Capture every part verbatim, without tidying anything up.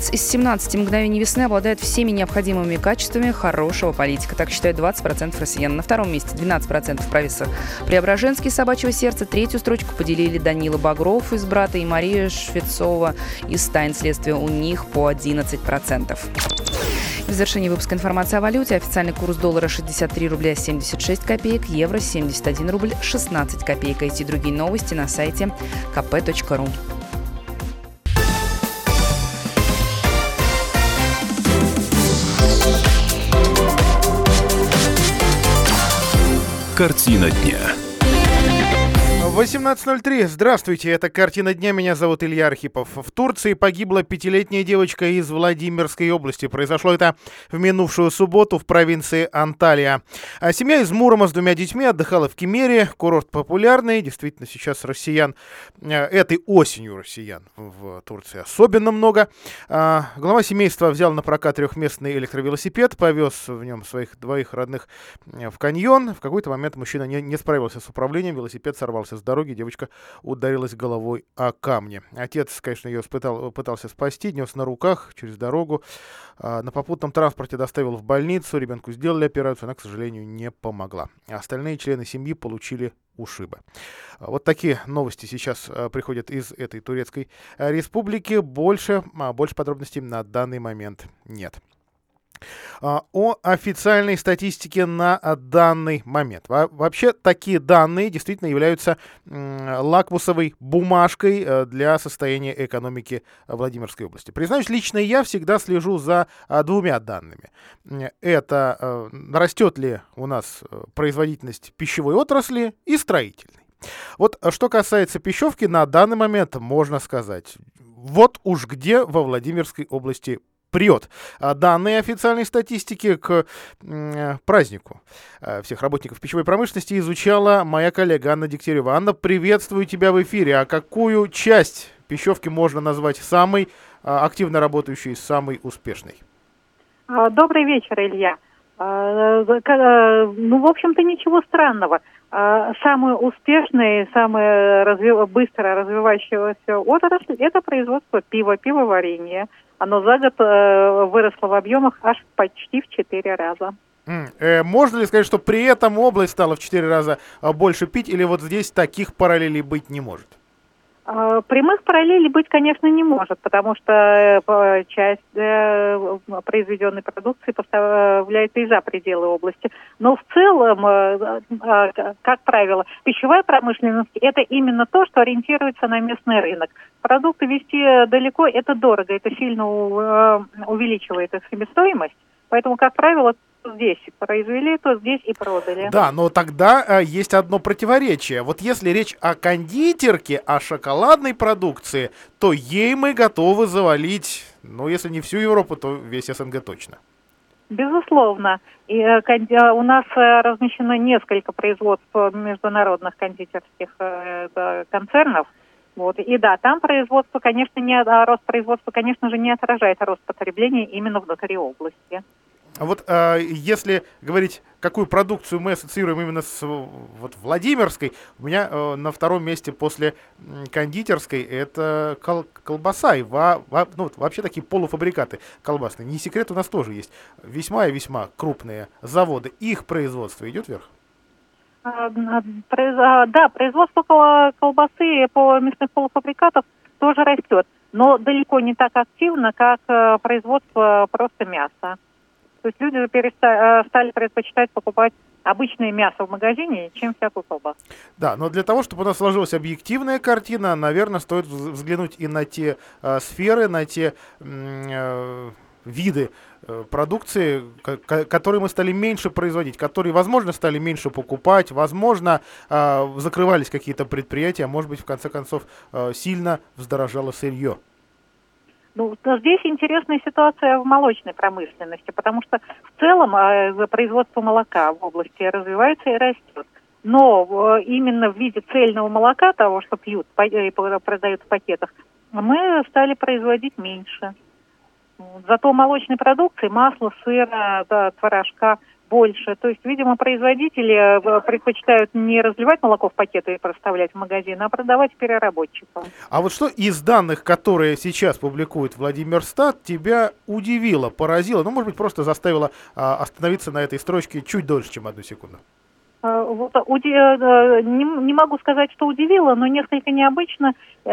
одиннадцать из семнадцати мгновений весны обладают всеми необходимыми качествами хорошего политика. Так считают двадцать процентов россиян. На втором месте двенадцать процентов провинции Преображенский собачьего сердца. Третью строчку поделили Данила Багров из «Брата» и Мария Швецова из «Тайн следствия». У них по одиннадцать процентов. В завершении выпуска информация о валюте. Официальный курс доллара шестьдесят три рубля семьдесят шесть копеек, евро семьдесят один рубль шестнадцать копеек. Эти и другие новости на сайте ка пэ точка ру. Картина дня. восемнадцать ноль три. Здравствуйте, это «Картина дня». Меня зовут Илья Архипов. В Турции погибла пятилетняя девочка из Владимирской области. Произошло это в минувшую субботу в провинции Анталия. А семья из Мурома с двумя детьми отдыхала в Кемере. Курорт популярный. Действительно, сейчас россиян, этой осенью россиян в Турции особенно много. А, глава семейства взял на прокат трехместный электровелосипед, повез в нем своих двоих родных в каньон. В какой-то момент мужчина не, не справился с управлением, велосипед сорвался с дороги, девочка ударилась головой о камни. Отец, конечно, ее пытал, пытался спасти, нес на руках через дорогу. А, на попутном транспорте доставил в больницу, ребенку сделали операцию, она, к сожалению, не помогла. Остальные члены семьи получили ушибы. Вот такие новости сейчас а, приходят из этой турецкой а, республики. Больше, а, больше подробностей на данный момент нет. О официальной статистике на данный момент. Во- вообще такие данные действительно являются м, лакмусовой бумажкой для состояния экономики Владимирской области. Признаюсь, лично я всегда слежу за а, двумя данными. Это а, растет ли у нас производительность пищевой отрасли и строительной. Вот что касается пищевки, на данный момент можно сказать, вот уж где во Владимирской области прет. Данные официальной статистики к э, празднику э, всех работников пищевой промышленности изучала моя коллега Анна Дегтярева. Анна, приветствую тебя в эфире. А какую часть пищевки можно назвать самой э, активно работающей, самой успешной? Добрый вечер, Илья. Ну, в общем-то, ничего странного. Самая успешная и самая разви... быстро развивающаяся отрасль – это производство пива, пивоварения. Оно за год э, выросло в объемах аж почти в четыре раза. Mm. Э, можно ли сказать, что при этом область стала в четыре раза э, больше пить, или вот здесь таких параллелей быть не может? Э, прямых параллелей быть, конечно, не может, потому что э, часть э, произведенной продукции поставляется и за пределы области. Но в целом, э, э, как правило, пищевая промышленность – это именно то, что ориентируется на местный рынок. Продукты везти далеко – это дорого, это сильно э, увеличивает их себестоимость. Поэтому, как правило, здесь произвели, то здесь и продали. Да, но тогда э, есть одно противоречие. Вот если речь о кондитерке, о шоколадной продукции, то ей мы готовы завалить, ну, если не всю Европу, то весь СНГ точно. Безусловно. И, э, конди- у нас э, размещено несколько производств международных кондитерских э, концернов. Вот. И да, там производство, конечно, не, а рост производства, конечно же, не отражает рост потребления именно внутри области. А вот э, если говорить, какую продукцию мы ассоциируем именно с вот, Владимирской, у меня э, на втором месте после м, кондитерской это кол- колбаса и во, во, ну, вообще такие полуфабрикаты колбасные. Не секрет, у нас тоже есть весьма и весьма крупные заводы. Их производство идет вверх? Да, производство колбасы по мясных полуфабрикатов тоже растет, но далеко не так активно, как производство просто мяса. То есть люди перестали, стали предпочитать покупать обычное мясо в магазине, чем всякую колбасу. Да, но для того, чтобы у нас сложилась объективная картина, наверное, стоит взглянуть и на те э, сферы, на те э, виды э, продукции, к- которые мы стали меньше производить, которые, возможно, стали меньше покупать, возможно, э, закрывались какие-то предприятия, а может быть, в конце концов, э, сильно вздорожало сырье. Ну, здесь интересная ситуация в молочной промышленности, потому что в целом э, производство молока в области развивается и растет. Но э, именно в виде цельного молока, того, что пьют и продают в пакетах, мы стали производить меньше. Зато молочной продукции, масла, сыра, да, творожка больше. То есть, видимо, производители предпочитают не разливать молоко в пакеты и проставлять в магазин, а продавать переработчикам. А вот что из данных, которые сейчас публикует Владимирстат, тебя удивило, поразило, ну, может быть, просто заставило а, остановиться на этой строчке чуть дольше, чем одну секунду? Вот, уди... не, не могу сказать, что удивило, но несколько необычно,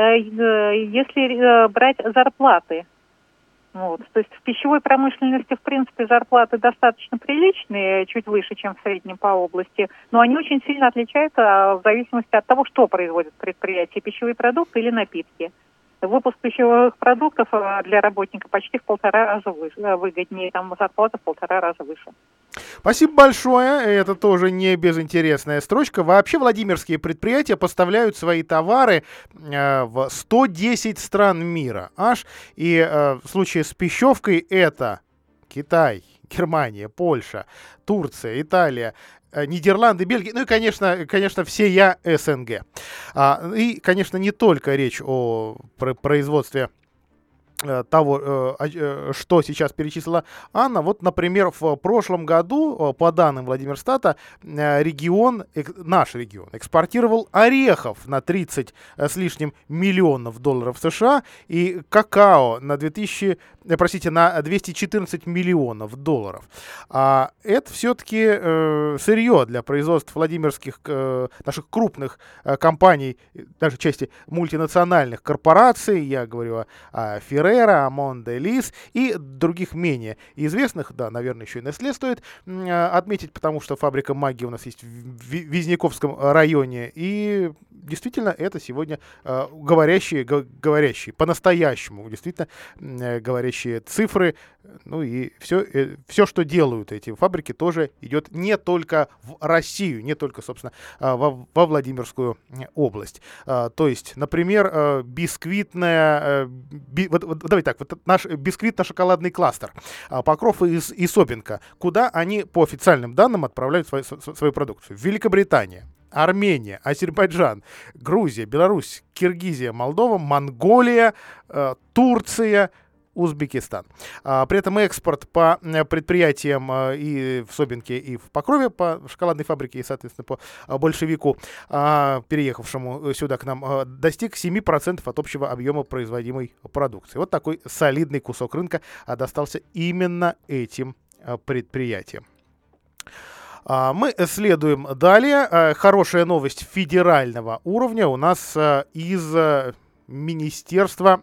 если брать зарплаты. Вот. То есть в пищевой промышленности, в принципе, зарплаты достаточно приличные, чуть выше, чем в среднем по области, но они очень сильно отличаются в зависимости от того, что производит предприятие, пищевые продукты или напитки. Выпуск пищевых продуктов для работника почти в полтора раза выше, выгоднее, там зарплата в полтора раза выше. Спасибо большое, это тоже не безинтересная строчка. Вообще владимирские предприятия поставляют свои товары э, в сто десять стран мира аж, и э, в случае с пищевкой это Китай, Германия, Польша, Турция, Италия, Нидерланды, Бельгия, ну и, конечно, конечно, всея СНГ. А, и, конечно, не только речь о производстве того, что сейчас перечислила Анна. Вот, например, в прошлом году, по данным Владимирстата, регион, наш регион экспортировал орехов на тридцать с лишним миллионов долларов США и какао на две тысячи, простите, на двести четырнадцать миллионов долларов. А это все-таки э, сырье для производства владимирских э, наших крупных э, компаний, даже части мультинациональных корпораций. Я говорю о, о Ferrero, Mondelez и других менее известных, да, наверное, еще и Nestlé стоит э, отметить, потому что фабрика магии у нас есть в Визняковском районе, и действительно это сегодня э, говорящие, г- говорящие, по-настоящему, действительно э, говорящие цифры, ну и все, э, все, что делают эти фабрики, тоже идет не только в Россию, не только, собственно, э, во, во Владимирскую область. Э, то есть, например, э, бисквитная, э, би, вот, вот, давайте так, вот наш бисквитно-шоколадный кластер э, Покров и, и Собинка, куда они по официальным данным отправляют свою, свою продукцию? В Великобританию, Армения, Азербайджан, Грузия, Беларусь, Киргизия, Молдова, Монголия, э, Турция, Узбекистан. А, при этом экспорт по предприятиям а, и в Собинке, и в Покрове, по шоколадной фабрике, и, соответственно, по а, большевику, а, переехавшему сюда к нам, а, достиг семь процентов от общего объема производимой продукции. Вот такой солидный кусок рынка а, достался именно этим а, предприятиям. Мы следуем далее. Хорошая новость федерального уровня у нас из министерства,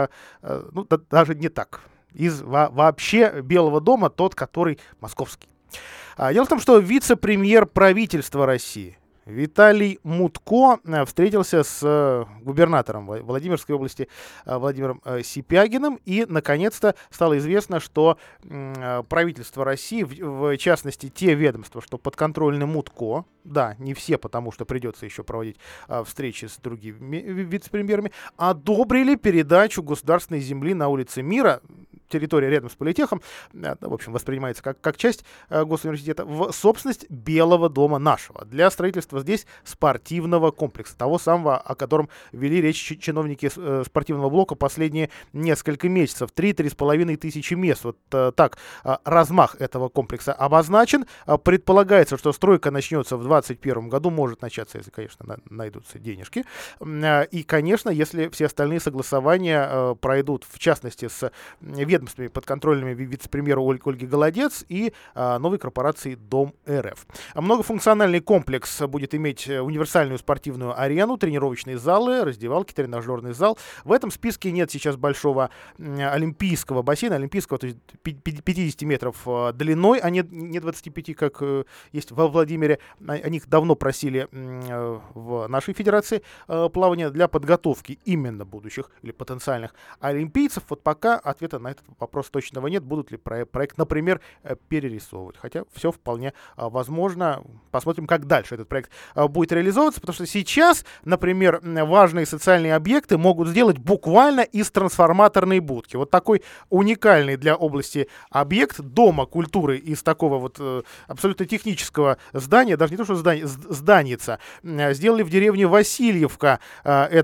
ну, даже не так, из вообще Белого дома, тот, который московский. Дело в том, что вице-премьер правительства России Виталий Мутко встретился с губернатором Владимирской области Владимиром Сипягиным, и, наконец-то, стало известно, что правительство России, в частности, те ведомства, что подконтрольны Мутко, да, не все, потому что придется еще проводить встречи с другими вице-премьерами, одобрили передачу государственной земли на улице Мира, территория рядом с политехом, в общем, воспринимается как, как часть госуниверситета, в собственность Белого дома нашего для строительства здесь спортивного комплекса, того самого, о котором вели речь чиновники спортивного блока последние несколько месяцев. три-три с половиной тысячи мест. Вот так размах этого комплекса обозначен. Предполагается, что стройка начнется в двадцать первом году, может начаться, если, конечно, найдутся денежки. И, конечно, если все остальные согласования пройдут, в частности, с ведомствами подконтрольными вице-премьеру Оль- Ольги Голодец и а, новой корпорации Дом РФ. Многофункциональный комплекс будет иметь универсальную спортивную арену, тренировочные залы, раздевалки, тренажерный зал. В этом списке нет сейчас большого м, олимпийского бассейна, олимпийского, то есть пятьдесят метров а, длиной, а не, не двадцать пять, как э, есть во Владимире. О них давно просили э, в нашей федерации э, плавания для подготовки именно будущих или потенциальных олимпийцев. Вот пока ответа на этот вопрос точного нет. Будут ли проект, например, перерисовывать? Хотя все вполне а, возможно. Посмотрим, как дальше этот проект а, будет реализовываться, потому что сейчас, например, важные социальные объекты могут сделать буквально из трансформаторной будки. Вот такой уникальный для области объект Дома культуры из такого вот э, абсолютно технического здания, даже не то, что здание, зданица, сделали в деревне Васильевка. Э, это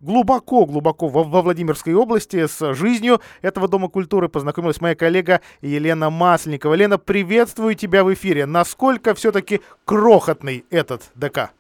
глубоко-глубоко во, во Владимирской области. С жизнью этого Дома культуры познакомилась моя коллега Елена Масленникова. Лена, приветствую тебя в эфире. Насколько все-таки крохотный этот ДК?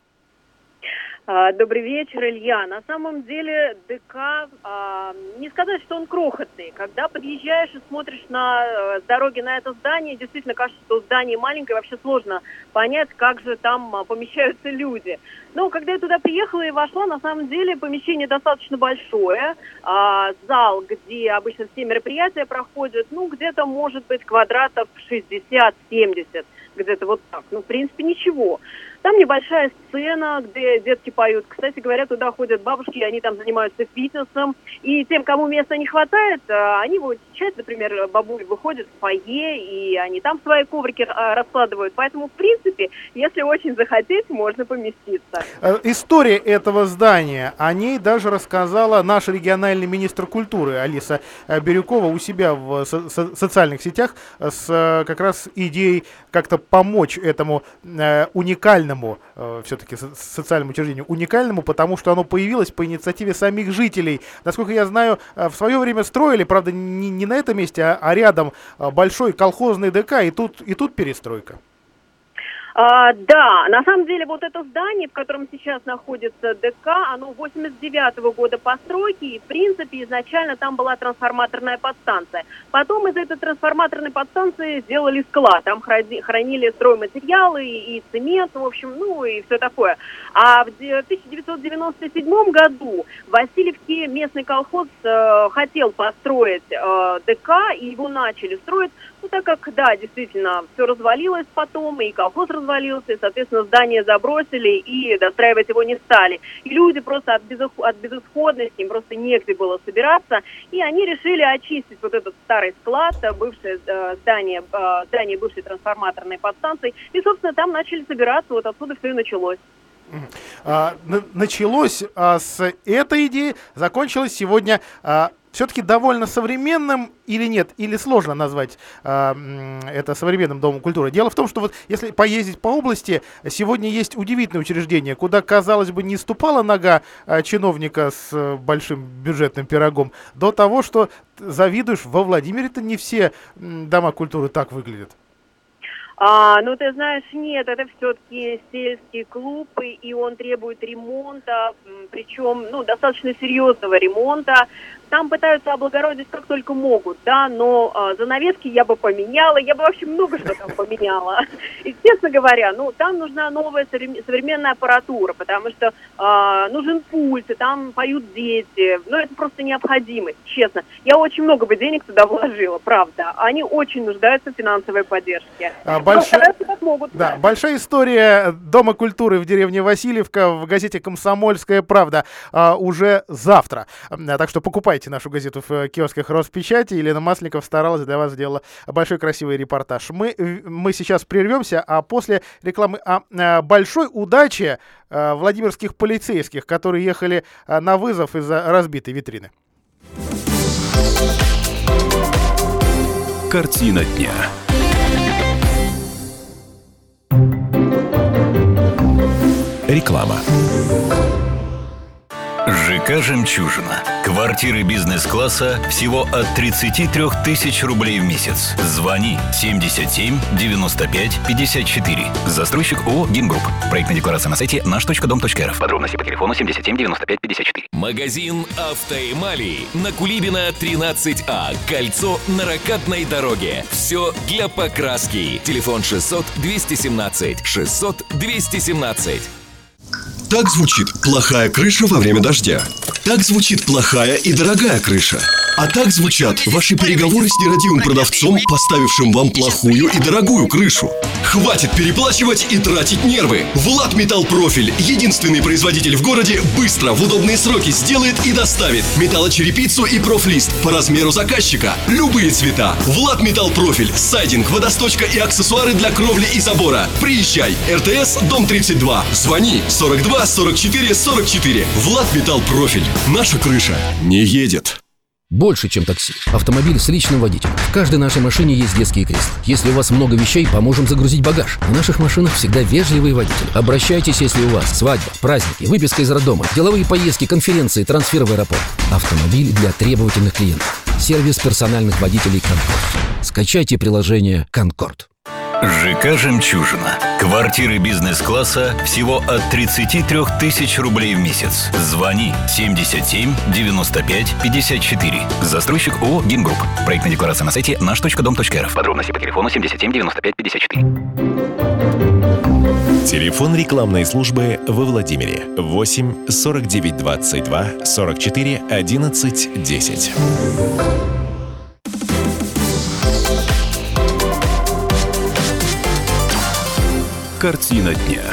Добрый вечер, Илья. На самом деле ДК, не сказать, что он крохотный. Когда подъезжаешь и смотришь на дороге на это здание, действительно кажется, что здание маленькое, вообще сложно понять, как же там помещаются люди. Но когда я туда приехала и вошла, на самом деле помещение достаточно большое. Зал, где обычно все мероприятия проходят, ну, где-то, может быть, квадратов шестьдесят-семьдесят. Где-то вот так. Ну, в принципе, ничего. Там небольшая сцена, где детки поют. Кстати говоря, туда ходят бабушки, они там занимаются фитнесом. И тем, кому места не хватает, они вот сейчас, например, бабуль выходят в фойе, и они там свои коврики раскладывают. Поэтому, в принципе, если очень захотеть, можно поместиться. История этого здания, о ней даже рассказала наш региональный министр культуры Алиса Бирюкова у себя в со- со- социальных сетях с как раз идеей как-то помочь этому э, уникальному, э, все-таки со- социальному учреждению, уникальному, потому что оно появилось по инициативе самих жителей. Насколько я знаю, э, в свое время строили, правда, не, не на этом месте, а, а рядом э, большой колхозный ДК, и тут, и тут перестройка. А, да, на самом деле вот это здание, в котором сейчас находится ДК, оно восемьдесят девятого года постройки, и в принципе изначально там была трансформаторная подстанция. Потом из этой трансформаторной подстанции сделали склад, там хранили стройматериалы и, и цемент, в общем, ну и все такое. А в тысяча девятьсот девяносто седьмом году в Васильевке местный колхоз э, хотел построить э, ДК, и его начали строить, ну так как, да, действительно, все развалилось потом, и колхоз развалился, и, соответственно, здание забросили, и достраивать его не стали. И люди просто от, безысход... от безысходности, им просто негде было собираться, и они решили очистить вот этот старый склад, бывшее э, здание, э, здание бывшей трансформаторной подстанции, и, собственно, там начали собираться, вот отсюда все и началось. А, началось а, с этой идеи, закончилось сегодня а, все-таки довольно современным или нет, или сложно назвать а, это современным Домом культуры. Дело в том, что вот если поездить по области, сегодня есть удивительное учреждение, куда, казалось бы, не ступала нога а, чиновника с а, большим бюджетным пирогом, до того, что завидуешь, во Владимире-то не все м, дома культуры так выглядят. А, ну, ты знаешь, нет, это все-таки сельский клуб, и, и он требует ремонта, причем, ну, достаточно серьезного ремонта. Там пытаются облагородить как только могут, да, но а, занавески я бы поменяла, я бы вообще много что там поменяла. И, честно говоря, ну, там нужна новая современная аппаратура, потому что а, нужен пульт, и там поют дети, ну, это просто необходимость, честно. Я очень много бы денег туда вложила, правда. Они очень нуждаются в финансовой поддержке. А, большая... как могут. Да, большая история Дома культуры в деревне Васильевка в газете «Комсомольская правда» а, уже завтра. А, так что покупайте нашу газету в киосках Роспечати. Елена Масленникова старалась, для вас сделала большой красивый репортаж. Мы, мы сейчас прервемся, а после рекламы о, о большой удаче о, владимирских полицейских, которые ехали о, на вызов из-за разбитой витрины. Картина дня. Реклама. ЖК «Жемчужина». Квартиры бизнес-класса всего от тридцать три тысячи рублей в месяц. Звони семьдесят семь девяносто пять пятьдесят четыре. Застройщик ООО «Гимгрупп». Проектная декларация на сайте наш точка дом точка эр эф. Подробности по телефону семьдесят семь девяносто пять пятьдесят четыре. Магазин «Автоэмали» на Кулибина тринадцать А. Кольцо на Ракатной дороге. Все для покраски. Телефон шестьсот двести семнадцать шестьсот двести семнадцать. Так звучит плохая крыша во время дождя. Так звучит плохая и дорогая крыша. А так звучат ваши переговоры с нерадивым продавцом, поставившим вам плохую и дорогую крышу. Хватит переплачивать и тратить нервы. Влад Металл Профиль, единственный производитель в городе, быстро, в удобные сроки сделает и доставит металлочерепицу и профлист по размеру заказчика. Любые цвета. Влад Металл Профиль, сайдинг, водосточка и аксессуары для кровли и забора. Приезжай. эр тэ эс, дом тридцать два. Звони сорок два сорок четыре сорок четыре. Влад Металл Профиль. Наша крыша не едет. Больше, чем такси. Автомобиль с личным водителем. В каждой нашей машине есть детские кресла. Если у вас много вещей, поможем загрузить багаж. В наших машинах всегда вежливые водители. Обращайтесь, если у вас свадьба, праздники, выписка из роддома, деловые поездки, конференции, трансфер в аэропорт. Автомобиль для требовательных клиентов. Сервис персональных водителей «Конкорд». Скачайте приложение «Конкорд». ЖК «Жемчужина». Квартиры бизнес-класса всего от тридцать три тысячи рублей в месяц. Звони семьдесят семь девяносто пять пятьдесят четыре. Застройщик ООО «Гимгрупп». Проектная декларация на сайте наш точка дом точка эр эф. Подробности по телефону семьдесят семь девяносто пять пятьдесят четыре. Телефон рекламной службы во Владимире восемь сорок девять двадцать два сорок четыре одиннадцать десять. Картина дня.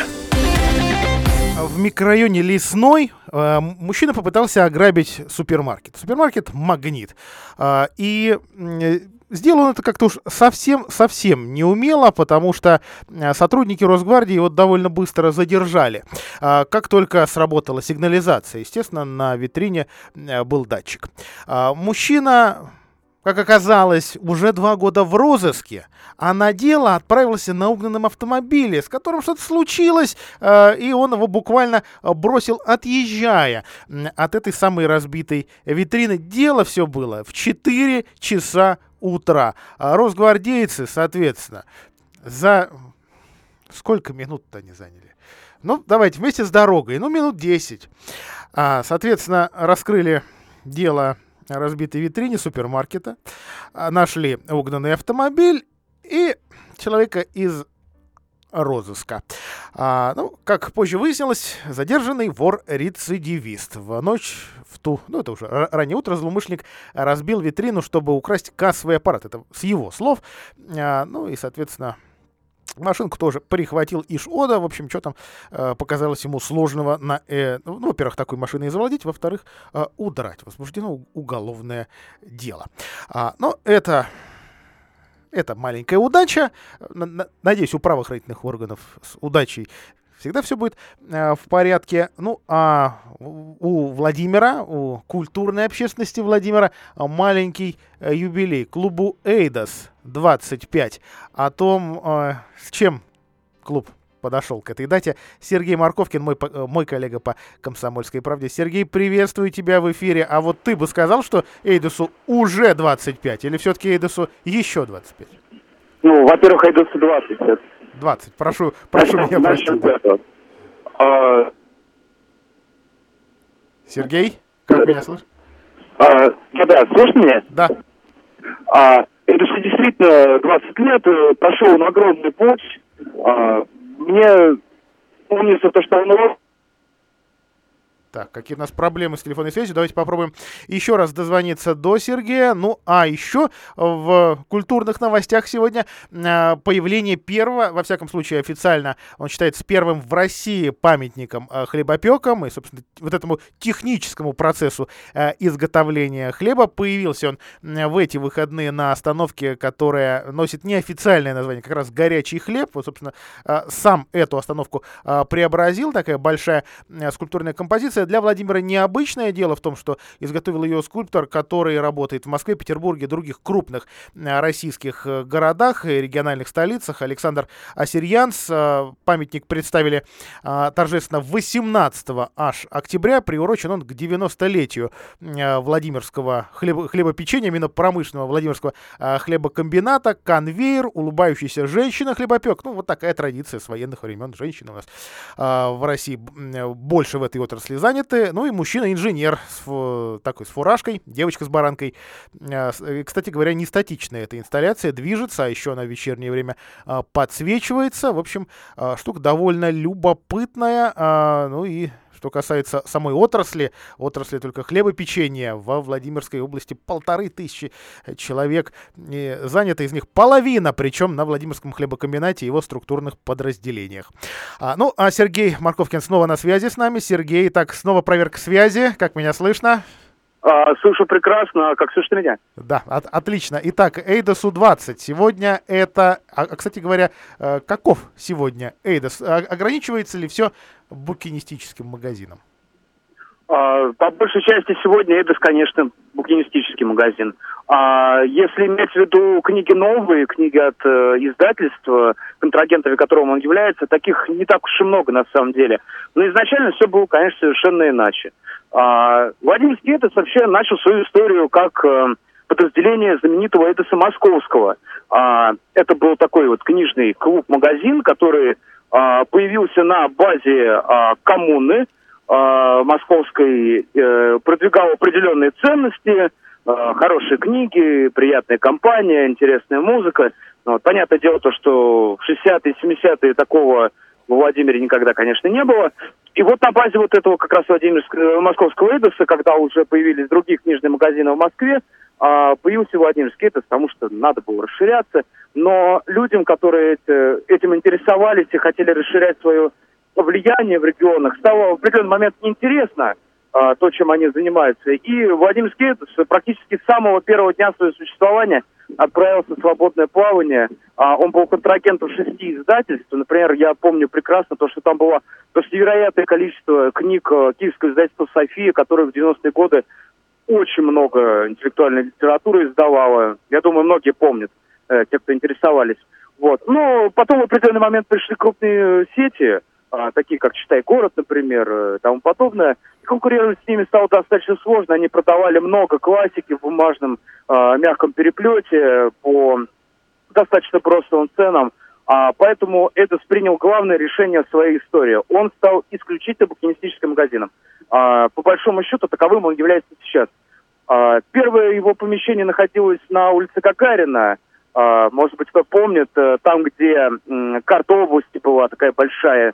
В микрорайоне Лесной э, мужчина попытался ограбить супермаркет. Супермаркет «Магнит». Э, и э, сделал он это как-то уж совсем-совсем неумело, потому что сотрудники Росгвардии его довольно быстро задержали. Э, как только сработала сигнализация, естественно, на витрине э, был датчик. Э, мужчина... Как оказалось, уже два года в розыске, а на дело отправился на угнанном автомобиле, с которым что-то случилось, э, и он его буквально бросил, отъезжая от этой самой разбитой витрины. Дело все было в четыре часа утра. А росгвардейцы, соответственно, за... Сколько минут-то они заняли? Ну, давайте, вместе с дорогой, ну, минут десять. А, соответственно, раскрыли дело... разбитой витрине супермаркета, нашли угнанный автомобиль и человека из розыска. А, ну, как позже выяснилось, задержанный вор-рецидивист. В ночь, в ту, ну, это уже раннее утро, злоумышленник разбил витрину, чтобы украсть кассовый аппарат. Это с его слов. А, ну и, соответственно, машинку тоже прихватил ИШ-ОДА. В общем, что там э, показалось ему сложного на... Э, ну, во-первых, такой машиной завладеть, во-вторых, э, удрать. Возбуждено уголовное дело. А, но это... Это маленькая удача. Надеюсь, у правоохранительных органов с удачей всегда все будет э, в порядке. Ну, а у Владимира, у культурной общественности Владимира маленький э, юбилей. Клубу «Эйдос» двадцать пять. О том, э, с чем клуб подошел к этой дате, Сергей Марковкин, мой, мой коллега по «Комсомольской правде». Сергей, приветствую тебя в эфире. А вот ты бы сказал, что «Эйдосу» уже двадцать пять, или все-таки «Эйдосу» еще двадцать пять? Ну, во-первых, «Эйдосу» двадцать пять. двадцать. Прошу, прошу меня простить. А... Сергей, как меня слышишь? А, да, слышишь меня? Да. А, «Эйдосу» действительно двадцать лет, прошел он огромный путь. А, мне помнится то, что он... Так, какие у нас проблемы с телефонной связью. Давайте попробуем еще раз дозвониться до Сергея. Ну, а еще в культурных новостях сегодня э, появление первого, во всяком случае официально, он считается первым в России памятником э, хлебопекам. И, собственно, вот этому техническому процессу э, изготовления хлеба. Появился он э, в эти выходные на остановке, которая носит неофициальное название, как раз «Горячий хлеб». Вот, собственно, э, сам эту остановку э, преобразил. Такая большая э, скульптурная композиция. Для Владимира необычное дело в том, что изготовил ее скульптор, который работает в Москве, Петербурге, других крупных э, российских э, городах и региональных столицах. Александр Асирьянс. Э, памятник представили э, торжественно восемнадцатого аж октября. Приурочен он к девяностолетию э, Владимирского хлебо- хлебопечения, именно промышленного Владимирского э, хлебокомбината. Конвейер, улыбающаяся женщина-хлебопек. Ну, вот такая традиция с военных времен. Женщины у нас э, в России больше в этой отрасли заняты. Ну и мужчина-инженер с, такой, с фуражкой, девочка с баранкой. Кстати говоря, не статичная эта инсталляция, движется, а еще она в вечернее время подсвечивается. В общем, штука довольно любопытная. Ну и что касается самой отрасли, отрасли только хлебопечения, во Владимирской области полторы тысячи человек и занято, из них половина, причем на Владимирском хлебокомбинате и его структурных подразделениях. А, ну, а Сергей Марковкин снова на связи с нами. Сергей, так, снова проверка связи. Как меня слышно? А, слышу прекрасно. Как слышно меня? Да, от, отлично. Итак, «Эйдосу» двадцать. Сегодня это... А, кстати говоря, каков сегодня «Эйдос»? Ограничивается ли все букинистическим магазином? А, по большей части сегодня это, конечно, букинистический магазин. А если иметь в виду книги новые, книги от э, издательства, контрагентами которым он является, таких не так уж и много на самом деле. Но изначально все было, конечно, совершенно иначе. А, Владимирский Эдис вообще начал свою историю как э, подразделение знаменитого Эдиса Московского. А, это был такой вот книжный клуб-магазин, который а, появился на базе а, коммуны а, московской, а, продвигал определенные ценности, а, хорошие книги, приятная компания, интересная музыка. Вот, понятное дело то, что в шестидесятые, семидесятые такого во Владимире никогда, конечно, не было. И вот на базе вот этого как раз Владимирского, московского Эдиса, когда уже появились другие книжные магазины в Москве, появился Владимирский Эдис, потому что надо было расширяться. Но людям, которые этим интересовались и хотели расширять свое влияние в регионах, стало в определенный момент неинтересно то, чем они занимаются. И Владимирский Эдис практически с самого первого дня своего существования отправился в свободное плавание. Он был контрагентом шести издательств. Например, я помню прекрасно то, что там было просто невероятное количество книг киевского издательства «София», которое в девяностые годы очень много интеллектуальной литературы издавало. Я думаю, многие помнят, э, те, кто интересовались. Вот. Но потом в определенный момент пришли крупные сети, э, такие как «Читай город», например, э, и тому подобное. И конкурировать с ними стало достаточно сложно. Они продавали много классики в бумажном э, мягком переплете по достаточно простым ценам. А, поэтому Эдис принял главное решение в своей истории. Он стал исключительно букинистическим магазином. А, по большому счету, таковым он является сейчас. А, первое его помещение находилось на улице Гагарина. А, может быть, кто помнит, там, где м, карта области была такая большая,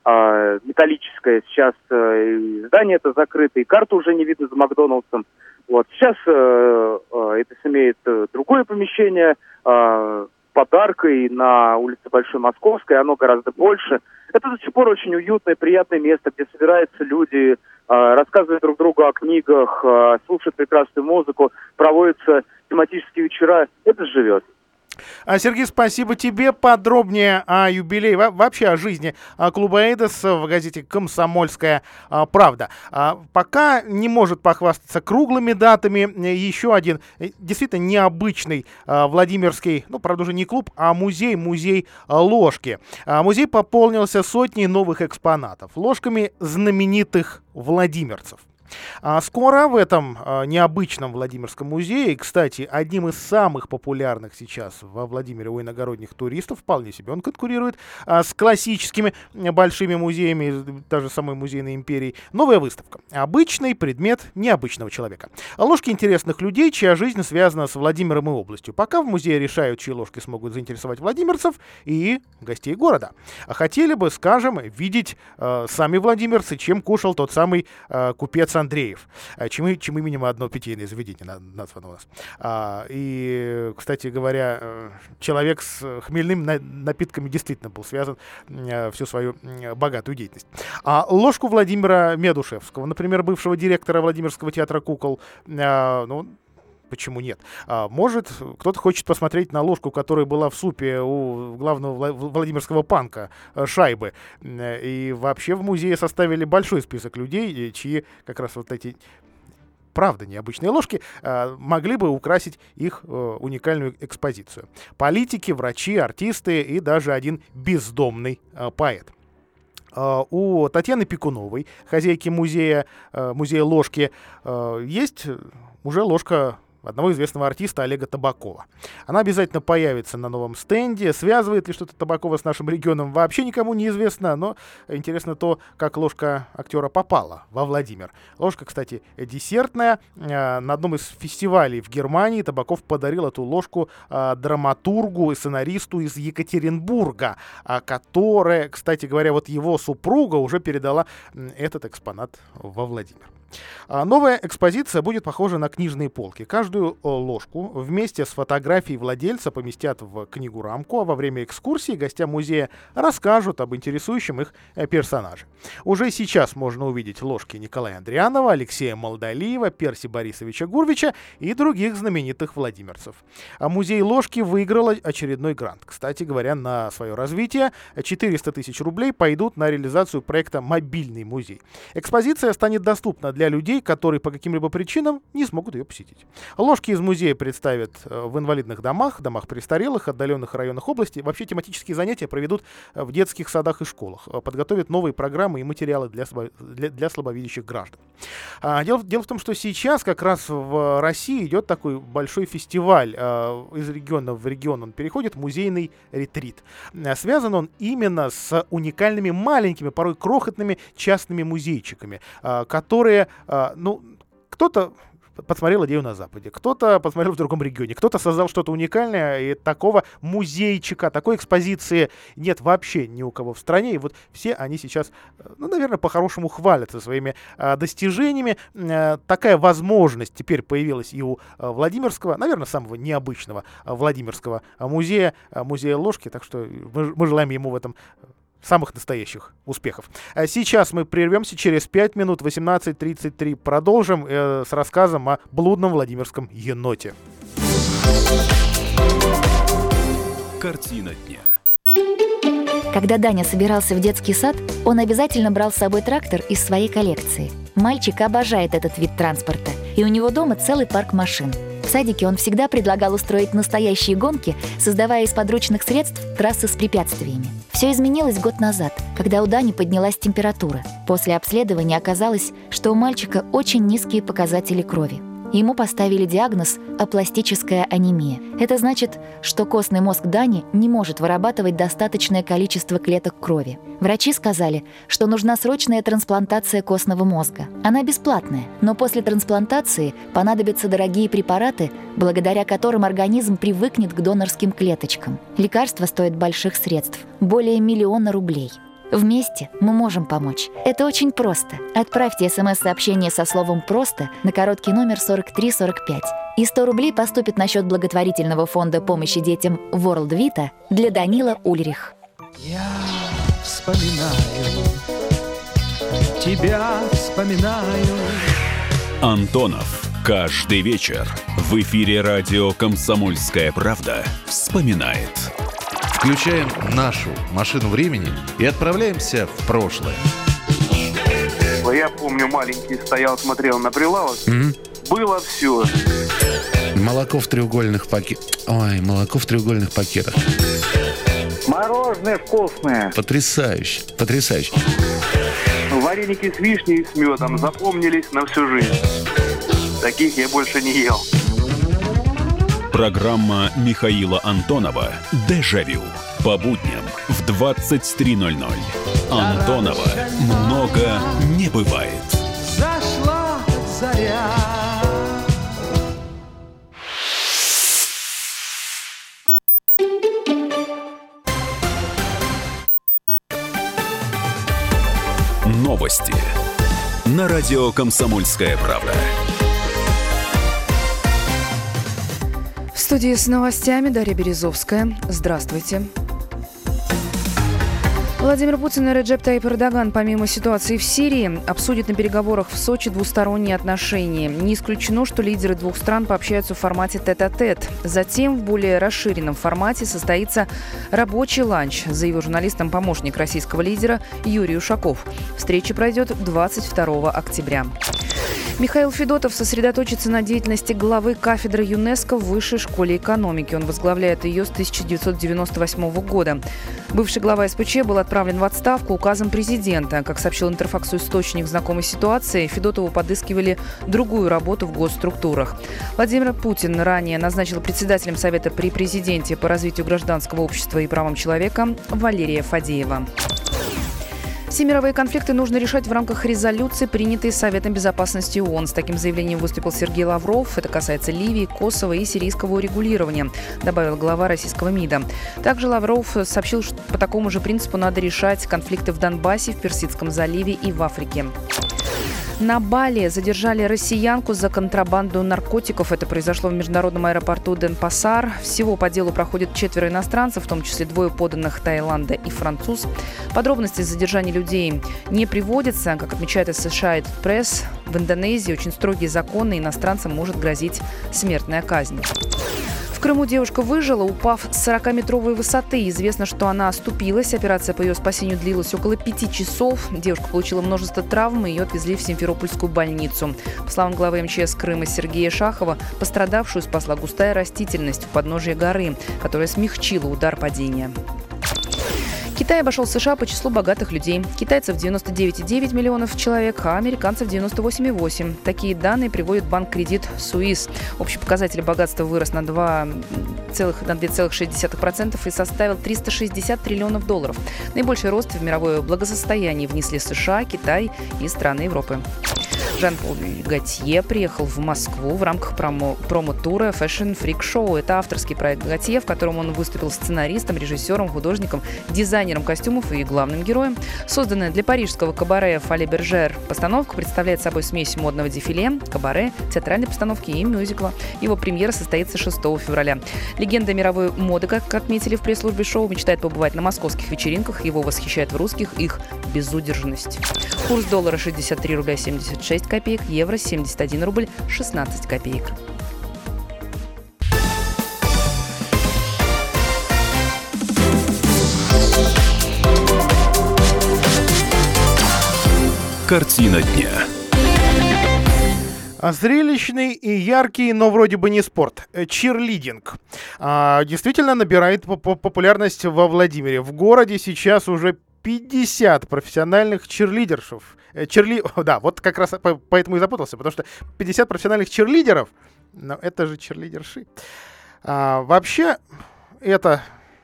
а, металлическая. Сейчас а, здание это закрыто, и карту уже не видно за Макдоналдсом. Вот. Сейчас а, а, Эдис имеет а, другое помещение, а, подаркой на улице Большой Московской, оно гораздо больше. Это до сих пор очень уютное, приятное место, где собираются люди, э, рассказывают друг другу о книгах, э, слушают прекрасную музыку, проводятся тематические вечера. Это живет. А, Сергей, спасибо тебе. Подробнее о юбилее, вообще о жизни клуба Эдис в газете «Комсомольская правда». Пока не может похвастаться круглыми датами. Еще один действительно необычный владимирский, ну, правда, уже не клуб, а музей, музей ложки. Музей пополнился сотней новых экспонатов, ложками знаменитых владимирцев. А скоро в этом а, необычном Владимирском музее, кстати, одним из самых популярных сейчас во Владимире у иногородних туристов, вполне себе он конкурирует а, с классическими большими музеями, даже самой музейной империи, новая выставка. Обычный предмет необычного человека. Ложки интересных людей, чья жизнь связана с Владимиром и областью. Пока в музее решают, чьи ложки смогут заинтересовать владимирцев и гостей города. А хотели бы, скажем, видеть а, сами владимирцы, чем кушал тот самый а, купец Андреев, чем, чем именем одно питейное заведение названо у нас. А, и, кстати говоря, человек с хмельными напитками действительно был связан а, всю свою богатую деятельность. А ложку Владимира Медушевского, например, бывшего директора Владимирского театра кукол, а, ну, почему нет? А, может, кто-то хочет посмотреть на ложку, которая была в супе у главного владимирского панка Шайбы. И вообще в музее составили большой список людей, чьи как раз вот эти, правда, необычные ложки а, могли бы украсить их а, уникальную экспозицию. Политики, врачи, артисты и даже один бездомный а, поэт. Uh, у Татьяны Пикуновой, хозяйки музея, uh, музея ложки, uh, есть уже ложка одного известного артиста Олега Табакова. Она обязательно появится на новом стенде. Связывает ли что-то Табакова с нашим регионом, вообще никому не известно, но интересно то, как ложка актера попала во Владимир. Ложка, кстати, десертная. На одном из фестивалей в Германии Табаков подарил эту ложку драматургу и сценаристу из Екатеринбурга, которая, кстати говоря, вот его супруга уже передала этот экспонат во Владимир. Новая экспозиция будет похожа на книжные полки. Каждую ложку вместе с фотографией владельца поместят в книгу-рамку, а во время экскурсии гостям музея расскажут об интересующем их персонаже. Уже сейчас можно увидеть ложки Николая Андрианова, Алексея Молдалиева, Перси Борисовича Гурвича и других знаменитых владимирцев. А музей ложки выиграл очередной грант. Кстати говоря, на свое развитие четыреста тысяч рублей пойдут на реализацию проекта «Мобильный музей». Экспозиция станет доступна для для людей, которые по каким-либо причинам не смогут ее посетить. Ложки из музея представят в инвалидных домах, домах престарелых, отдаленных районах области. Вообще тематические занятия проведут в детских садах и школах. Подготовят новые программы и материалы для, слабо, для, для слабовидящих граждан. А, дело, дело в том, что сейчас как раз в России идет такой большой фестиваль. А, из региона в регион он переходит, музейный ретрит. А, связан он именно с уникальными маленькими, порой крохотными частными музейчиками, а, которые, а, ну, кто-то подсмотрел идею на Западе, кто-то посмотрел в другом регионе, кто-то создал что-то уникальное, и такого музейчика, такой экспозиции нет вообще ни у кого в стране, и вот все они сейчас, ну, наверное, по-хорошему хвалятся своими а, достижениями. А, такая возможность теперь появилась и у а, Владимирского, наверное, самого необычного а, Владимирского а, музея, а, музея ложки, так что мы, мы желаем ему в этом самых настоящих успехов. А сейчас мы прервемся, через пять минут, восемнадцать тридцать три, продолжим э, с рассказом о блудном Владимирском еноте. Картина дня. Когда Даня собирался в детский сад, он обязательно брал с собой трактор из своей коллекции. Мальчик обожает этот вид транспорта, и у него дома целый парк машин. В садике он всегда предлагал устроить настоящие гонки, создавая из подручных средств трассы с препятствиями. Все изменилось год назад, когда у Дани поднялась температура. После обследования оказалось, что у мальчика очень низкие показатели крови. Ему поставили диагноз апластическая анемия. Это значит, что костный мозг Дани не может вырабатывать достаточное количество клеток крови. Врачи сказали, что нужна срочная трансплантация костного мозга. Она бесплатная, но после трансплантации понадобятся дорогие препараты, благодаря которым организм привыкнет к донорским клеточкам. Лекарства стоят больших средств – более миллиона рублей. Вместе мы можем помочь. Это очень просто. Отправьте смс-сообщение со словом «просто» на короткий номер сорок три сорок пять. И сто рублей поступит на счет благотворительного фонда помощи детям World Vita для Данила Ульрих. Я вспоминаю, тебя вспоминаю. Антонов. Каждый вечер в эфире радио «Комсомольская правда» вспоминает. Включаем нашу машину времени и отправляемся в прошлое. Я помню, маленький стоял, смотрел на прилавок. Mm-hmm. Было все. Молоко в треугольных пакетах. Ой, молоко в треугольных пакетах. Мороженое вкусное. Потрясающе, потрясающе. Вареники с вишней и с медом запомнились на всю жизнь. Таких я больше не ел. Программа Михаила Антонова «Дежавю». По будням в двадцать три ноль ноль. Антонова много не бывает. Зашла заря. Новости на радио «Комсомольская правда». В студии с новостями Дарья Березовская. Здравствуйте. Владимир Путин и Реджеп Таyyip Эрдоган, помимо ситуации в Сирии, обсудят на переговорах в Сочи двусторонние отношения. Не исключено, что лидеры двух стран пообщаются в формате тет-а-тет. Затем в более расширенном формате состоится рабочий ланч, заявил журналистам помощник российского лидера Юрий Ушаков. Встреча пройдет двадцать второго октября. Михаил Федотов сосредоточится на деятельности главы кафедры ЮНЕСКО в Высшей школе экономики. Он возглавляет ее с тысяча девятьсот девяносто восьмого года. Бывший глава СПЧ был отправлен в отставку указом президента. Как сообщил Интерфаксу источник знакомой ситуации, Федотову подыскивали другую работу в госструктурах. Владимир Путин ранее назначил председателем Совета при президенте по развитию гражданского общества и правам человека Валерия Фадеева. Все мировые конфликты нужно решать в рамках резолюции, принятой Советом безопасности ООН. С таким заявлением выступил Сергей Лавров. Это касается Ливии, Косово и сирийского урегулирования, добавил глава российского МИДа. Также Лавров сообщил, что по такому же принципу надо решать конфликты в Донбассе, в Персидском заливе и в Африке. На Бали задержали россиянку за контрабанду наркотиков. Это произошло в международном аэропорту Денпасар. Всего по делу проходит четверо иностранцев, в том числе двое подданных Таиланда и француз. Подробности задержания людей не приводятся. Как отмечает Associated Press, в Индонезии очень строгие законы, иностранцам может грозить смертная казнь. В Крыму девушка выжила, упав с сорокаметровой высоты. Известно, что она оступилась. Операция по ее спасению длилась около пяти часов. Девушка получила множество травм, и ее отвезли в Симферопольскую больницу. По словам главы эм че эс Крыма Сергея Шахова, пострадавшую спасла густая растительность в подножье горы, которая смягчила удар падения. Китай обошел США по числу богатых людей. Китайцев девяносто девять целых девять десятых миллионов человек, а американцев девяносто восемь целых восемь десятых. Такие данные приводит банк «Кредит Суисс». Общий показатель богатства вырос на два целых шесть десятых процента и составил триста шестьдесят триллионов долларов. Наибольший рост в мировое благосостояние внесли США, Китай и страны Европы. Жан-Поль Готье приехал в Москву в рамках промо- промо-тура Fashion Freak Show. Это авторский проект Готье, в котором он выступил сценаристом, режиссером, художником, дизайнером костюмов и главным героем. Созданная для парижского кабаре Фолли Бержер постановка представляет собой смесь модного дефиле, кабаре, театральной постановки и мюзикла. Его премьера состоится шестого февраля. Легенда мировой моды, как отметили в пресс-службе шоу, мечтает побывать на московских вечеринках. Его восхищает в русских их безудержность. Курс доллара шестьдесят три рубля семьдесят шесть копеек, евро семьдесят один рубль шестнадцать копеек. Картина дня. А зрелищный и яркий, но вроде бы не спорт. Чирлидинг. А, действительно набирает популярность во Владимире. В городе сейчас уже пятьдесят профессиональных чирлидершев. Чирли... Да, вот как раз поэтому и запутался, потому что пятьдесят профессиональных чирлидеров, но это же чирлидерши. А, вообще, это,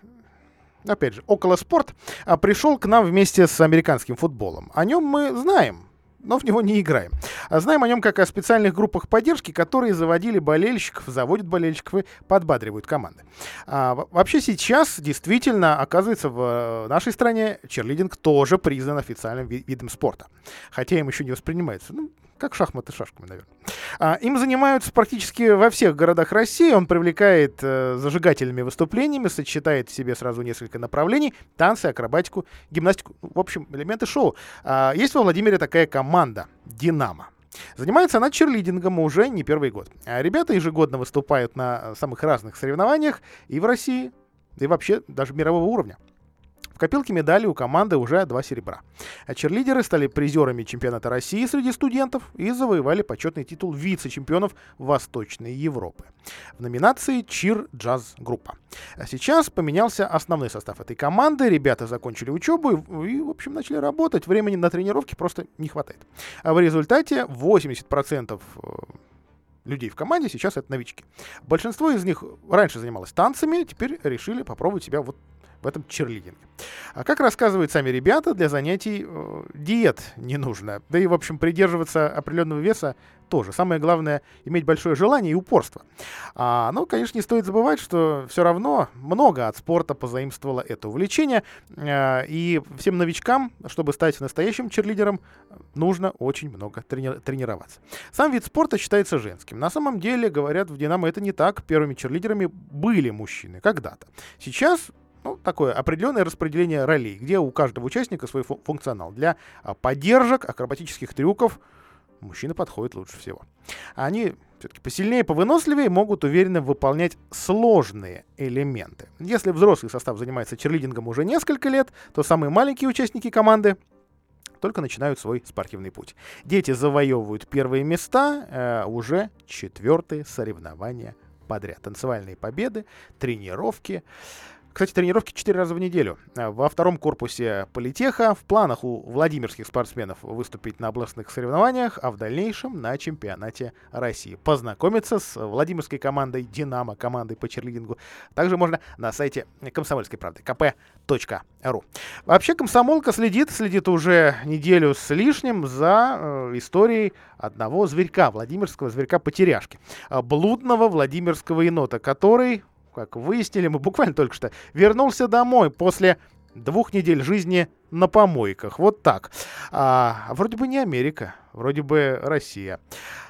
опять же, околоспорт а, пришел к нам вместе с американским футболом. О нем мы знаем, но в него не играем. А знаем о нем как о специальных группах поддержки, которые заводили болельщиков, заводят болельщиков и подбадривают команды. А, вообще сейчас действительно, оказывается, в нашей стране чирлидинг тоже признан официальным ви- видом спорта. Хотя им еще не воспринимается. Ну, как шахматы шашками, наверное. А, им занимаются практически во всех городах России. Он привлекает э, зажигательными выступлениями, сочетает в себе сразу несколько направлений: танцы, акробатику, гимнастику. В общем, элементы шоу. А, есть во Владимире такая команда «Динамо». Занимается она чирлидингом уже не первый год. А ребята ежегодно выступают на самых разных соревнованиях и в России, и вообще даже мирового уровня. В копилке медалей у команды уже два серебра. А чирлидеры стали призерами чемпионата России среди студентов и завоевали почетный титул вице-чемпионов Восточной Европы в номинации «Чир-джаз-группа». А сейчас поменялся основной состав этой команды. Ребята закончили учебу и, и, в общем, начали работать. Времени на тренировки просто не хватает. А в результате восемьдесят процентов людей в команде сейчас это новички. Большинство из них раньше занималось танцами, теперь решили попробовать себя вот в этом чирлидинге. А как рассказывают сами ребята, для занятий э, диет не нужно. Да и, в общем, придерживаться определенного веса тоже. Самое главное — иметь большое желание и упорство. А, но, конечно, не стоит забывать, что все равно много от спорта позаимствовало это увлечение. А, и всем новичкам, чтобы стать настоящим чирлидером, нужно очень много трени- тренироваться. Сам вид спорта считается женским. На самом деле, говорят, в «Динамо» это не так. Первыми чирлидерами были мужчины когда-то. Сейчас ну, такое определенное распределение ролей, где у каждого участника свой фу- функционал. Для а, поддержек, акробатических трюков мужчины подходят лучше всего. Они все-таки посильнее, повыносливее, могут уверенно выполнять сложные элементы. Если взрослый состав занимается чирлидингом уже несколько лет, то самые маленькие участники команды только начинают свой спортивный путь. Дети завоевывают первые места э, уже четвертые соревнования подряд. Танцевальные победы, тренировки. Кстати, тренировки четыре раза в неделю. Во втором корпусе политеха в планах у владимирских спортсменов выступить на областных соревнованиях, а в дальнейшем на чемпионате России. Познакомиться с владимирской командой «Динамо», командой по чирлидингу, также можно на сайте «Комсомольской правды» ка пэ точка ру. Вообще, комсомолка следит, следит уже неделю с лишним за э, историей одного зверька, владимирского зверька-потеряшки, блудного владимирского енота, который, как выяснили, мы буквально только что, вернулся домой после двух недель жизни на помойках. Вот так. А, вроде бы не Америка, вроде бы Россия.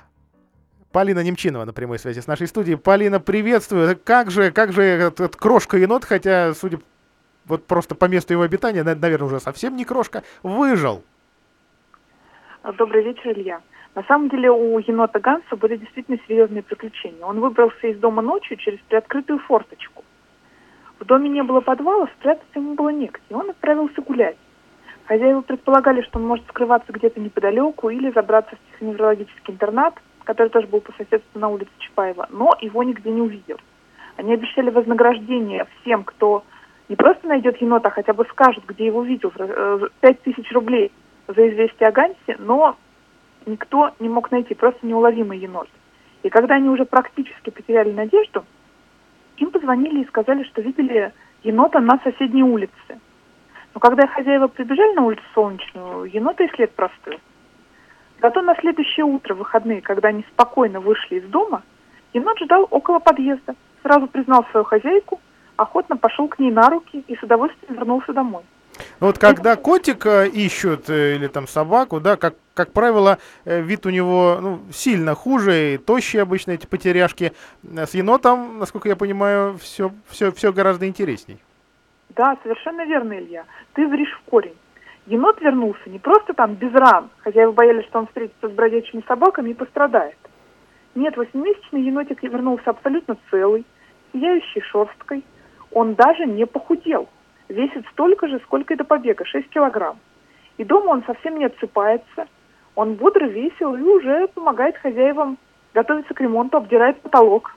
Полина Немчинова на прямой связи с нашей студией. Полина, приветствую. Как же, как же этот, этот крошка-енот, хотя, судя вот просто по месту его обитания, наверное, уже совсем не крошка, выжил? Добрый вечер, Илья. На самом деле у енота Ганса были действительно серьезные приключения. Он выбрался из дома ночью через приоткрытую форточку. В доме не было подвала, спрятаться ему было негде, и он отправился гулять. Хозяева предполагали, что он может скрываться где-то неподалеку или забраться в психоневрологический интернат, который тоже был по соседству на улице Чапаева, но его нигде не увидел. Они обещали вознаграждение всем, кто не просто найдет енота, а хотя бы скажет, где его видел, пять тысяч рублей за известие о Гансе, но никто не мог найти, просто неуловимый енот. И когда они уже практически потеряли надежду, им позвонили и сказали, что видели енота на соседней улице. Но когда хозяева прибежали на улицу Солнечную, енота и след простыл. Зато на следующее утро, в выходные, когда они спокойно вышли из дома, енот ждал около подъезда, сразу признал свою хозяйку, охотно пошел к ней на руки и с удовольствием вернулся домой. Ну вот когда котика ищут или там собаку, да, как, как правило, вид у него ну, сильно хуже, и тощие обычно эти потеряшки. С енотом, насколько я понимаю, все, все, все гораздо интересней. Да, совершенно верно, Илья. Ты зришь в корень. Енот вернулся не просто там без ран. Хозяева боялись, что он встретится с бродячими собаками и пострадает. Нет, восьмимесячный енотик вернулся абсолютно целый, сияющий шерсткой. Он даже не похудел. Весит столько же, сколько и до побега, шесть килограмм. И дома он совсем не отсыпается. Он бодро, весел и уже помогает хозяевам готовиться к ремонту, обдирает потолок.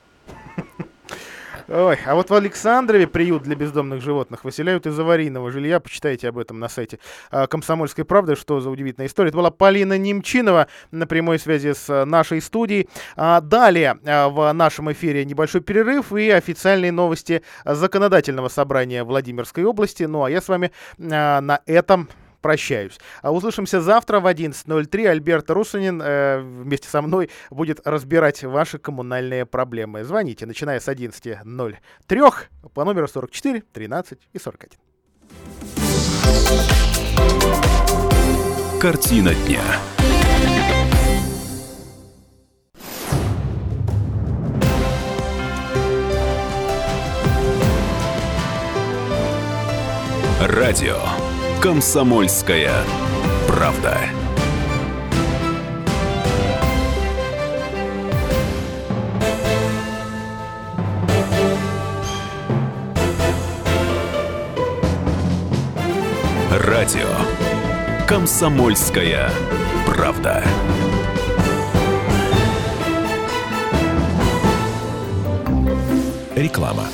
Ой, а вот в Александрове приют для бездомных животных выселяют из аварийного жилья. Почитайте об этом на сайте «Комсомольской правды». Что за удивительная история. Это была Полина Немчинова на прямой связи с нашей студией. Далее в нашем эфире небольшой перерыв и официальные новости законодательного собрания Владимирской области. Ну а я с вами на этом прощаюсь. Услышимся завтра в одиннадцать ноль три. Альберт Русанин э, вместе со мной будет разбирать ваши коммунальные проблемы. Звоните, начиная с одиннадцати ноль три по номеру сорок четыре тринадцать и сорок один. Картина дня. Радио «Комсомольская правда». Радио «Комсомольская правда». Реклама.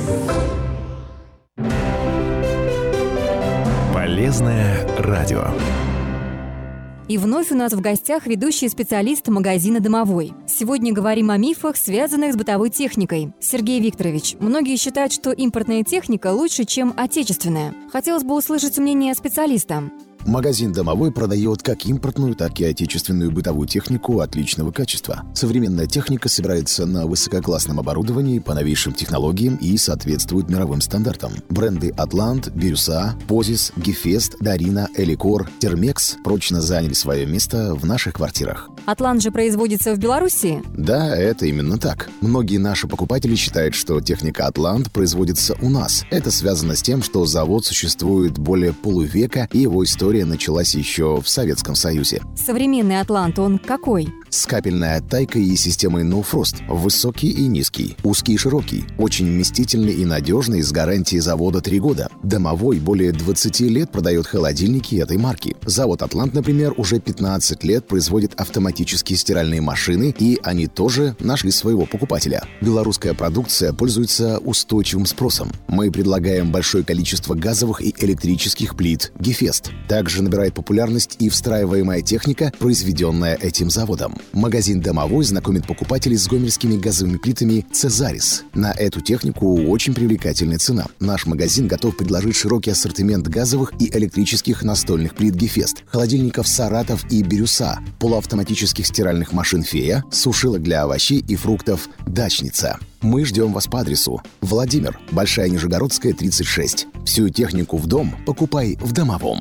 Полезное радио. И вновь у нас в гостях ведущий специалист магазина «Домовой». Сегодня говорим о мифах, связанных с бытовой техникой. Сергей Викторович, многие считают, что импортная техника лучше, чем отечественная. Хотелось бы услышать мнение специалиста. Магазин «Домовой» продает как импортную, так и отечественную бытовую технику отличного качества. Современная техника собирается на высококлассном оборудовании по новейшим технологиям и соответствует мировым стандартам. Бренды «Атлант», «Бирюса», «Позис», «Гефест», «Дарина», «Эликор», «Термекс» прочно заняли свое место в наших квартирах. «Атлант» же производится в Беларуси? Да, это именно так. Многие наши покупатели считают, что техника «Атлант» производится у нас. Это связано с тем, что завод существует более полувека, и его история началась еще в Советском Союзе. Современный «Атлант», он какой? С капельной оттайкой и системой No Frost. Высокий и низкий, узкий и широкий. Очень вместительный и надежный, с гарантией завода три года. «Домовой» более двадцати лет продает холодильники этой марки. Завод «Атлант», например, уже пятнадцать лет производит автоматические стиральные машины, и они тоже нашли своего покупателя. Белорусская продукция пользуется устойчивым спросом. Мы предлагаем большое количество газовых и электрических плит «Гефест». Также набирает популярность и встраиваемая техника, произведенная этим заводом. Магазин «Домовой» знакомит покупателей с гомельскими газовыми плитами «Цезарис». На эту технику очень привлекательная цена. Наш магазин готов предложить широкий ассортимент газовых и электрических настольных плит «Гефест», холодильников «Саратов» и «Бирюса», полуавтоматических стиральных машин «Фея», сушилок для овощей и фруктов «Дачница». Мы ждем вас по адресу: Владимир, Большая Нижегородская, тридцать шесть. Всю технику в дом покупай в «Домовом».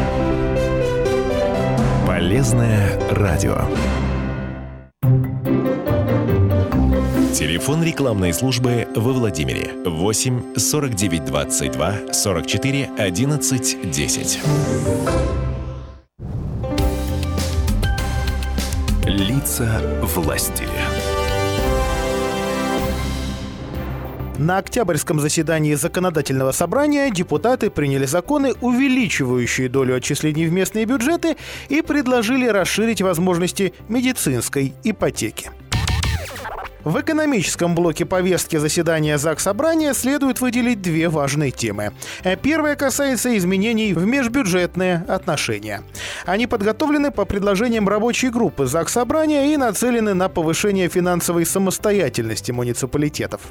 Полезное радио. Телефон рекламной службы во Владимире восемь сорок девять двадцать два сорок четыре одиннадцать десять. Лица власти. На октябрьском заседании Законодательного собрания депутаты приняли законы, увеличивающие долю отчислений в местные бюджеты, и предложили расширить возможности медицинской ипотеки. В экономическом блоке повестки заседания Заксобрания следует выделить две важные темы. Первая касается изменений в межбюджетные отношения. Они подготовлены по предложениям рабочей группы Заксобрания и нацелены на повышение финансовой самостоятельности муниципалитетов.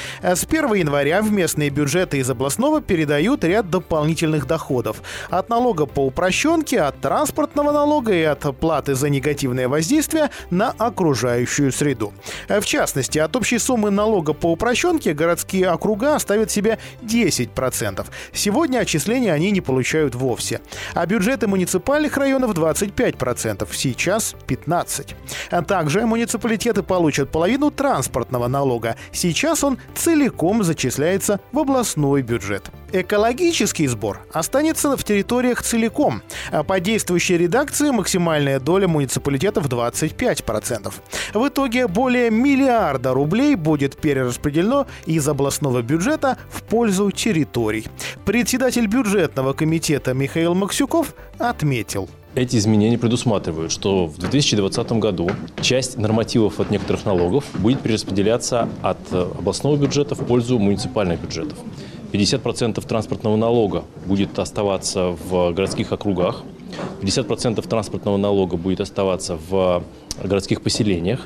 С первого января в местные бюджеты из областного передают ряд дополнительных доходов. От налога по упрощенке, от транспортного налога и от платы за негативное воздействие на окружающую среду. В частности, В частности, от общей суммы налога по упрощенке городские округа оставят себе десять процентов. Сегодня отчисления они не получают вовсе. А бюджеты муниципальных районов двадцать пять процентов, сейчас пятнадцать процентов. А также муниципалитеты получат половину транспортного налога. Сейчас он целиком зачисляется в областной бюджет. Экологический сбор останется в территориях целиком. А по действующей редакции максимальная доля муниципалитетов двадцать пять процентов. В итоге более миллиарда рублей будет перераспределено из областного бюджета в пользу территорий. Председатель бюджетного комитета Михаил Максюков отметил: эти изменения предусматривают, что в две тысячи двадцатом году часть нормативов от некоторых налогов будет перераспределяться от областного бюджета в пользу муниципальных бюджетов. пятьдесят процентов транспортного налога будет оставаться в городских округах, пятьдесят процентов транспортного налога будет оставаться в городских поселениях,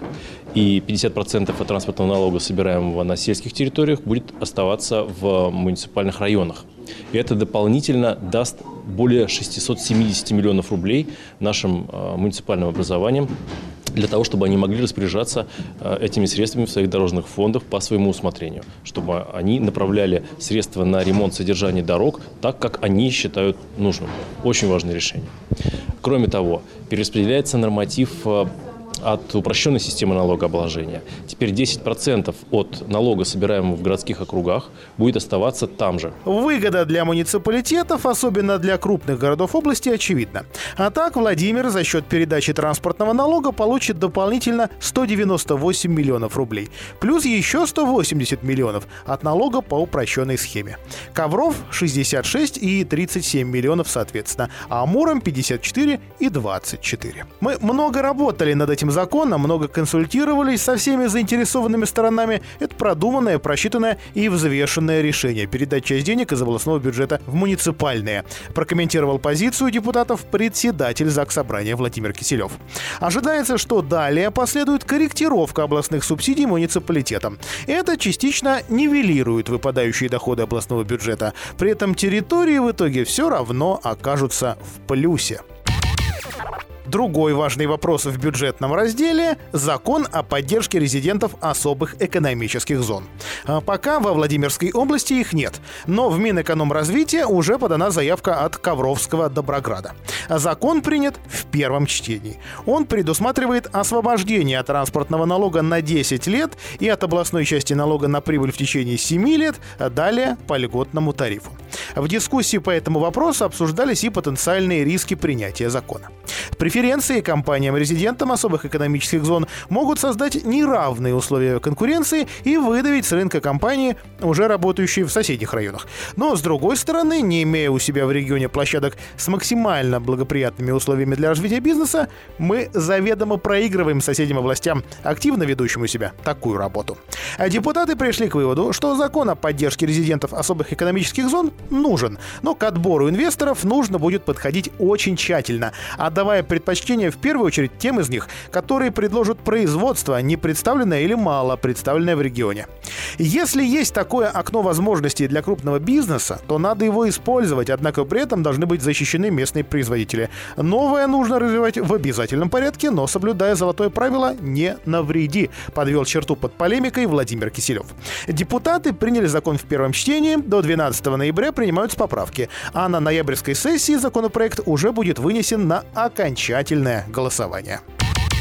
и пятьдесят процентов от транспортного налога, собираемого на сельских территориях, будет оставаться в муниципальных районах. И это дополнительно даст более шестьсот семьдесят миллионов рублей нашим э, муниципальным образованиям, для того, чтобы они могли распоряжаться э, этими средствами в своих дорожных фондах по своему усмотрению, чтобы они направляли средства на ремонт, содержание дорог так, как они считают нужным. Очень важное решение. Кроме того, перераспределяется норматив э, от упрощенной системы налогообложения. Теперь десять процентов от налога, собираемого в городских округах, будет оставаться там же. Выгода для муниципалитетов, особенно для крупных городов области, очевидна. А так Владимир за счет передачи транспортного налога получит дополнительно сто девяносто восемь миллионов рублей. Плюс еще сто восемьдесят миллионов от налога по упрощенной схеме. Ковров шестьдесят шесть и тридцать семь миллионов соответственно, а Муром пятьдесят четыре и двадцать четыре. Мы много работали над этим законом, много консультировались со всеми заинтересованными сторонами. Это продуманное, просчитанное и взвешенное решение передать часть денег из областного бюджета в муниципальные. Прокомментировал позицию депутатов председатель Заксобрания Владимир Киселев. Ожидается, что далее последует корректировка областных субсидий муниципалитетам. Это частично нивелирует выпадающие доходы областного бюджета. При этом территории в итоге все равно окажутся в плюсе. Другой важный вопрос в бюджетном разделе – закон о поддержке резидентов особых экономических зон. Пока во Владимирской области их нет, но в Минэкономразвития уже подана заявка от Ковровского Доброграда. Закон принят в первом чтении. Он предусматривает освобождение от транспортного налога на десять лет и от областной части налога на прибыль в течение семи лет, а далее по льготному тарифу. В дискуссии по этому вопросу обсуждались и потенциальные риски принятия закона. Преференции компаниям-резидентам особых экономических зон могут создать неравные условия конкуренции и выдавить с рынка компании, уже работающие в соседних районах. Но, с другой стороны, не имея у себя в регионе площадок с максимально благоприятными условиями для развития бизнеса, мы заведомо проигрываем соседним областям, активно ведущим у себя такую работу. А депутаты пришли к выводу, что закон о поддержке резидентов особых экономических зон нужен, но к отбору инвесторов нужно будет подходить очень тщательно, отдавая предпочтение в первую очередь тем из них, которые предложат производство, не представленное или мало представленное в регионе. Если есть такое окно возможностей для крупного бизнеса, то надо его использовать, однако при этом должны быть защищены местные производители. Новое нужно развивать в обязательном порядке, но соблюдая золотое правило «не навреди», подвел черту под полемикой Владимир Киселев. Депутаты приняли закон в первом чтении, до двенадцатого ноября принимаются поправки, а на ноябрьской сессии законопроект уже будет вынесен на окончательное голосование.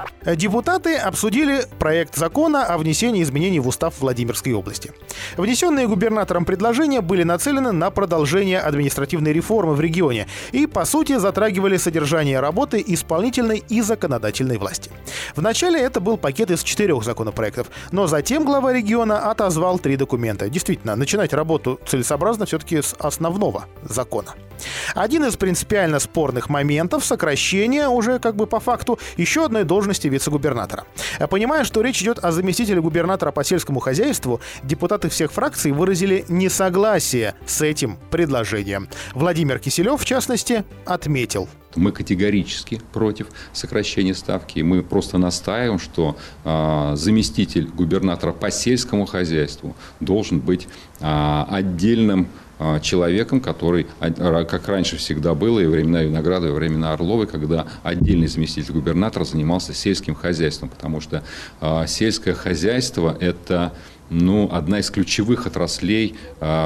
Депутаты обсудили проект закона о внесении изменений в устав Владимирской области. Внесенные губернатором предложения были нацелены на продолжение административной реформы в регионе и, по сути, затрагивали содержание работы исполнительной и законодательной власти. Вначале это был пакет из четырех законопроектов, но затем глава региона отозвал три документа. Действительно, начинать работу целесообразно все-таки с основного закона. Один из принципиально спорных моментов — сокращение уже как бы по факту еще одной должности вице-губернатора. Понимая, что речь идет о заместителе губернатора по сельскому хозяйству, депутаты всех фракций выразили несогласие с этим предложением. Владимир Киселев, в частности, отметил: мы категорически против сокращения ставки. И мы просто настаиваем, что э, заместитель губернатора по сельскому хозяйству должен быть э, отдельным э, человеком, который, э, как раньше всегда было, и во времена Виноградова, и во времена Орловой, когда отдельный заместитель губернатора занимался сельским хозяйством. Потому что э, сельское хозяйство – это ну, одна из ключевых отраслей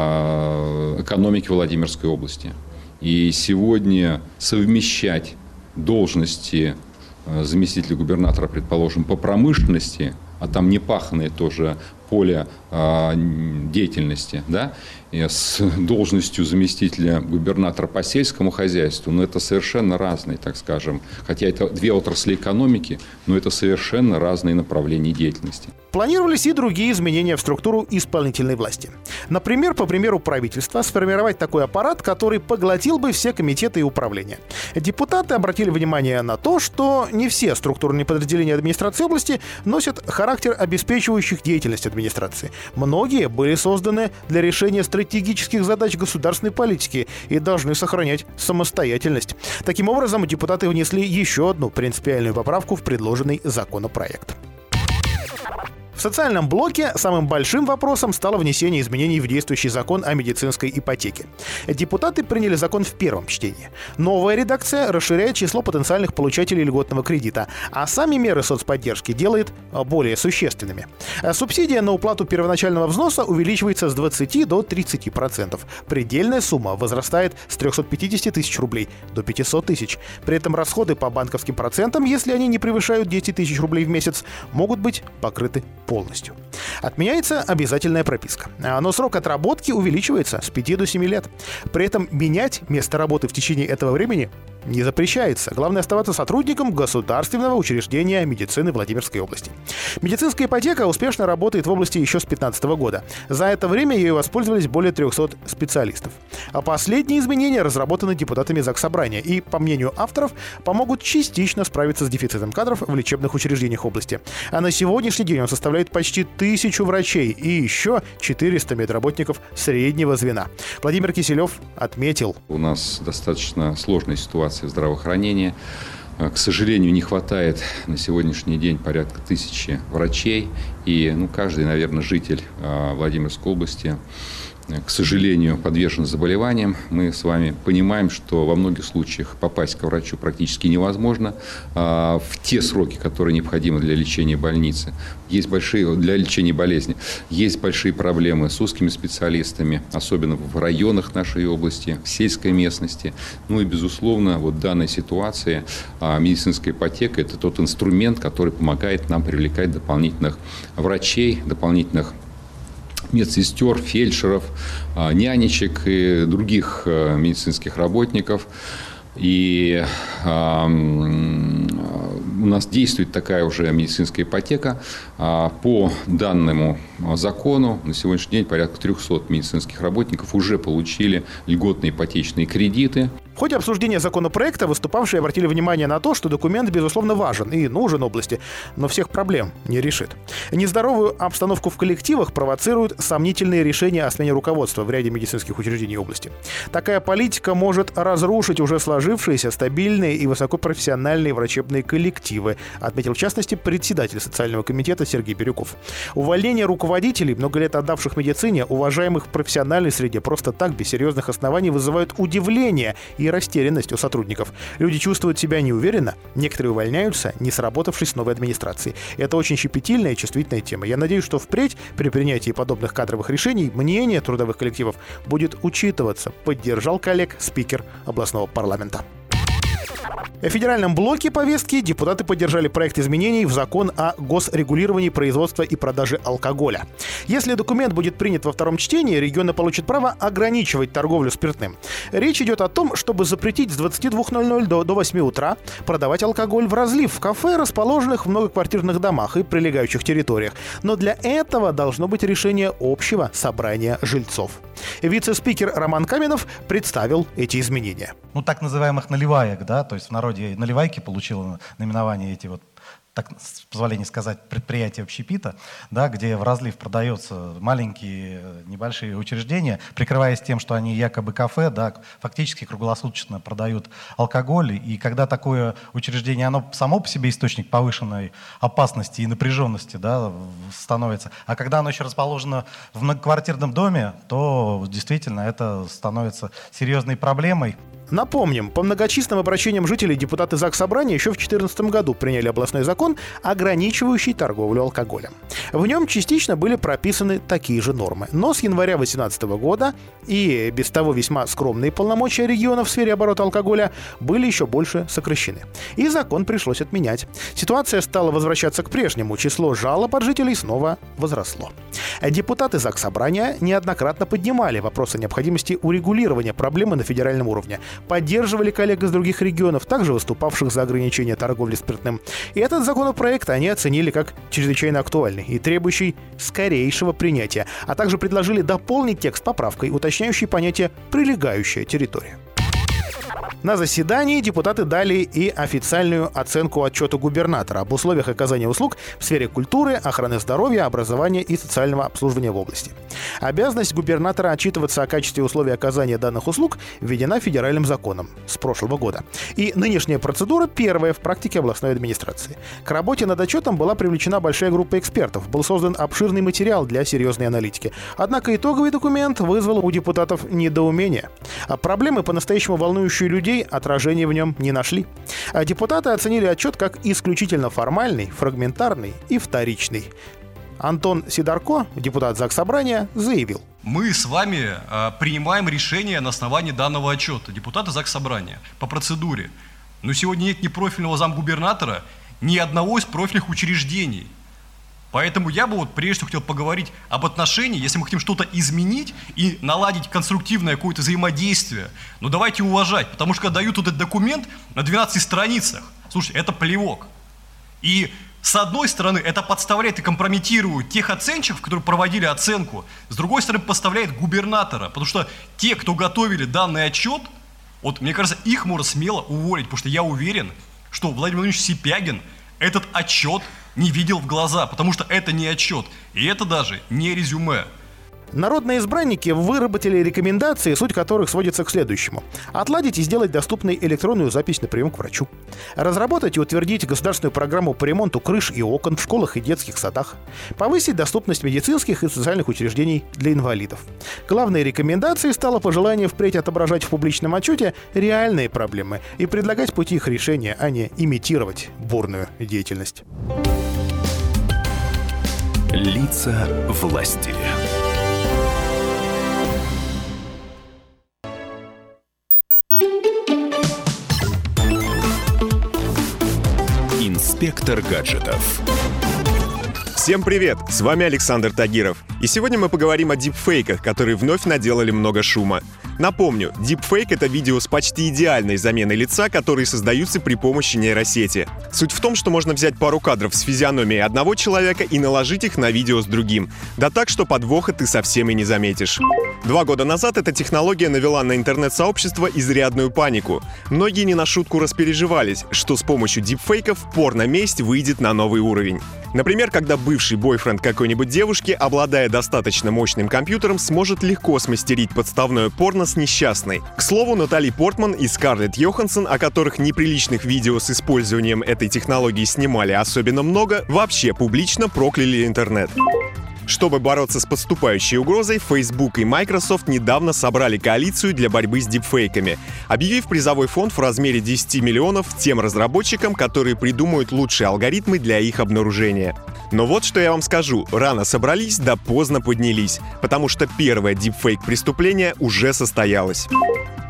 э, экономики Владимирской области. И сегодня совмещать должности заместителя губернатора, предположим, по промышленности, а там непаханное тоже поле э, деятельности, да, и с должностью заместителя губернатора по сельскому хозяйству, но это совершенно разные, так скажем, хотя это две отрасли экономики, но это совершенно разные направления деятельности. Планировались и другие изменения в структуру исполнительной власти. Например, по примеру правительства, сформировать такой аппарат, который поглотил бы все комитеты и управления. Депутаты обратили внимание на то, что не все структурные подразделения администрации области носят характер обеспечивающих деятельность администрации. Многие были созданы для решения стратегических задач государственной политики и должны сохранять самостоятельность. Таким образом, депутаты внесли еще одну принципиальную поправку в предложенный законопроект. В социальном блоке самым большим вопросом стало внесение изменений в действующий закон о медицинской ипотеке. Депутаты приняли закон в первом чтении. Новая редакция расширяет число потенциальных получателей льготного кредита, а сами меры соцподдержки делает более существенными. Субсидия на уплату первоначального взноса увеличивается с двадцати до тридцати процентов. Предельная сумма возрастает с трехсот пятидесяти тысяч рублей до пятисот тысяч. При этом расходы по банковским процентам, если они не превышают десять тысяч рублей в месяц, могут быть покрыты полностью. Отменяется обязательная прописка, но срок отработки увеличивается с пяти до семи лет. При этом менять место работы в течение этого времени не запрещается. Главное — оставаться сотрудником государственного учреждения медицины Владимирской области. Медицинская ипотека успешно работает в области еще с две тысячи пятнадцатого года. За это время ею воспользовались более трехсот специалистов. А последние изменения разработаны депутатами Заксобрания и, по мнению авторов, помогут частично справиться с дефицитом кадров в лечебных учреждениях области. А на сегодняшний день он составляет почти тысячу врачей и еще четыреста медработников среднего звена. Владимир Киселев отметил: у нас достаточно сложная ситуация в здравоохранении. К сожалению, не хватает на сегодняшний день порядка тысячи врачей. И ну, каждый, наверное, житель э, Владимирской области, к сожалению, подвержен заболеваниям. Мы с вами понимаем, что во многих случаях попасть к врачу практически невозможно а, в те сроки, которые необходимы для лечения больницы. Есть большие, для лечения болезни. Есть большие проблемы с узкими специалистами, особенно в районах нашей области, в сельской местности. Ну и, безусловно, вот в данной ситуации а, медицинская ипотека – это тот инструмент, который помогает нам привлекать дополнительных врачей, дополнительных медсестер, фельдшеров, нянечек и других медицинских работников. И э, у нас действует такая уже медицинская ипотека. По данному закону на сегодняшний день порядка трехсот медицинских работников уже получили льготные ипотечные кредиты. В ходе обсуждения законопроекта выступавшие обратили внимание на то, что документ, безусловно, важен и нужен области, но всех проблем не решит. Нездоровую обстановку в коллективах провоцируют сомнительные решения о смене руководства в ряде медицинских учреждений области. Такая политика может разрушить уже сложившиеся стабильные и высокопрофессиональные врачебные коллективы, отметил в частности председатель социального комитета Сергей Бирюков. Увольнение руководителей, много лет отдавших медицине, уважаемых в профессиональной среде, просто так, без серьезных оснований, вызывают удивление и растерянность у сотрудников. Люди чувствуют себя неуверенно, некоторые увольняются, не сработавшись с новой администрацией. Это очень щепетильная и чувствительная тема. Я надеюсь, что впредь при принятии подобных кадровых решений мнение трудовых коллективов будет учитываться, поддержал коллег спикер областного парламента. В федеральном блоке повестки депутаты поддержали проект изменений в закон о госрегулировании производства и продажи алкоголя. Если документ будет принят во втором чтении, регионы получат право ограничивать торговлю спиртным. Речь идет о том, чтобы запретить с двадцати двух ноль-ноль до, до восьми утра продавать алкоголь в разлив в кафе, расположенных в многоквартирных домах и прилегающих территориях. Но для этого должно быть решение общего собрания жильцов. Вице-спикер Роман Каменов представил эти изменения. Ну, так называемых наливаек, да, то есть в народе наливайки получило наименование эти вот, так, с позволения сказать, предприятия общепита, да, где в разлив продаются маленькие небольшие учреждения, прикрываясь тем, что они якобы кафе, да, фактически круглосуточно продают алкоголь. И когда такое учреждение, оно само по себе источник повышенной опасности и напряженности, да, становится, а когда оно еще расположено в многоквартирном доме, то действительно это становится серьезной проблемой. Напомним, по многочисленным обращениям жителей депутаты Заксобрания еще в две тысячи четырнадцатом году приняли областной закон, ограничивающий торговлю алкоголем. В нем частично были прописаны такие же нормы. Но с января две тысячи восемнадцатого года и без того весьма скромные полномочия региона в сфере оборота алкоголя были еще больше сокращены. И закон пришлось отменять. Ситуация стала возвращаться к прежнему. Число жалоб от жителей снова возросло. Депутаты Заксобрания неоднократно поднимали вопрос о необходимости урегулирования проблемы на федеральном уровне. Поддерживали коллег из других регионов, также выступавших за ограничение торговли спиртным. И этот законопроект они оценили как чрезвычайно актуальный и требующий скорейшего принятия, а также предложили дополнить текст поправкой, уточняющей понятие «прилегающая территория». На заседании депутаты дали и официальную оценку отчета губернатора об условиях оказания услуг в сфере культуры, охраны здоровья, образования и социального обслуживания в области. Обязанность губернатора отчитываться о качестве условий оказания данных услуг введена федеральным законом с прошлого года. И нынешняя процедура первая в практике областной администрации. К работе над отчетом была привлечена большая группа экспертов, был создан обширный материал для серьезной аналитики. Однако итоговый документ вызвал у депутатов недоумение. А проблемы, по-настоящему волнующие людей, отражения в нем не нашли. А депутаты оценили отчет как исключительно формальный, фрагментарный и вторичный. Антон Сидорко, депутат Заксобрания, заявил: мы с вами э, принимаем решение на основании данного отчета. Депутаты Заксобрания по процедуре. Но сегодня нет ни профильного замгубернатора, ни одного из профильных учреждений. Поэтому я бы вот прежде всего хотел поговорить об отношении, если мы хотим что-то изменить и наладить конструктивное какое-то взаимодействие, ну давайте уважать, потому что когда дают вот этот документ на двенадцати страницах, слушайте, это плевок. И с одной стороны это подставляет и компрометирует тех оценщиков, которые проводили оценку, с другой стороны подставляет губернатора, потому что те, кто готовили данный отчет, вот мне кажется, их можно смело уволить, потому что я уверен, что Владимир Владимирович Сипягин этот отчет не видел в глаза, потому что это не отчет, и это даже не резюме. Народные избранники выработали рекомендации, суть которых сводится к следующему. Отладить и сделать доступной электронную запись на прием к врачу. Разработать и утвердить государственную программу по ремонту крыш и окон в школах и детских садах. Повысить доступность медицинских и социальных учреждений для инвалидов. Главной рекомендацией стало пожелание впредь отображать в публичном отчете реальные проблемы и предлагать пути их решения, а не имитировать бурную деятельность. Лица власти. Инспектор гаджетов. Всем привет! С вами Александр Тагиров. И сегодня мы поговорим о дипфейках, которые вновь наделали много шума. Напомню, дипфейк — это видео с почти идеальной заменой лица, которые создаются при помощи нейросети. Суть в том, что можно взять пару кадров с физиономией одного человека и наложить их на видео с другим. Да так, что подвоха ты совсем и не заметишь. Два года назад эта технология навела на интернет-сообщество изрядную панику. Многие не на шутку распереживались, что с помощью дипфейков порно-месть выйдет на новый уровень. Например, когда бывший бойфренд какой-нибудь девушки, обладая достаточно мощным компьютером, сможет легко смастерить подставное порно с несчастной. К слову, Натали Портман и Скарлетт Йоханссон, о которых неприличных видео с использованием этой технологии снимали особенно много, вообще публично прокляли интернет. Чтобы бороться с подступающей угрозой, Facebook и Microsoft недавно собрали коалицию для борьбы с дипфейками, объявив призовой фонд в размере десяти миллионов тем разработчикам, которые придумают лучшие алгоритмы для их обнаружения. Но вот что я вам скажу, рано собрались, да поздно поднялись, потому что первое дипфейк-преступление уже состоялось.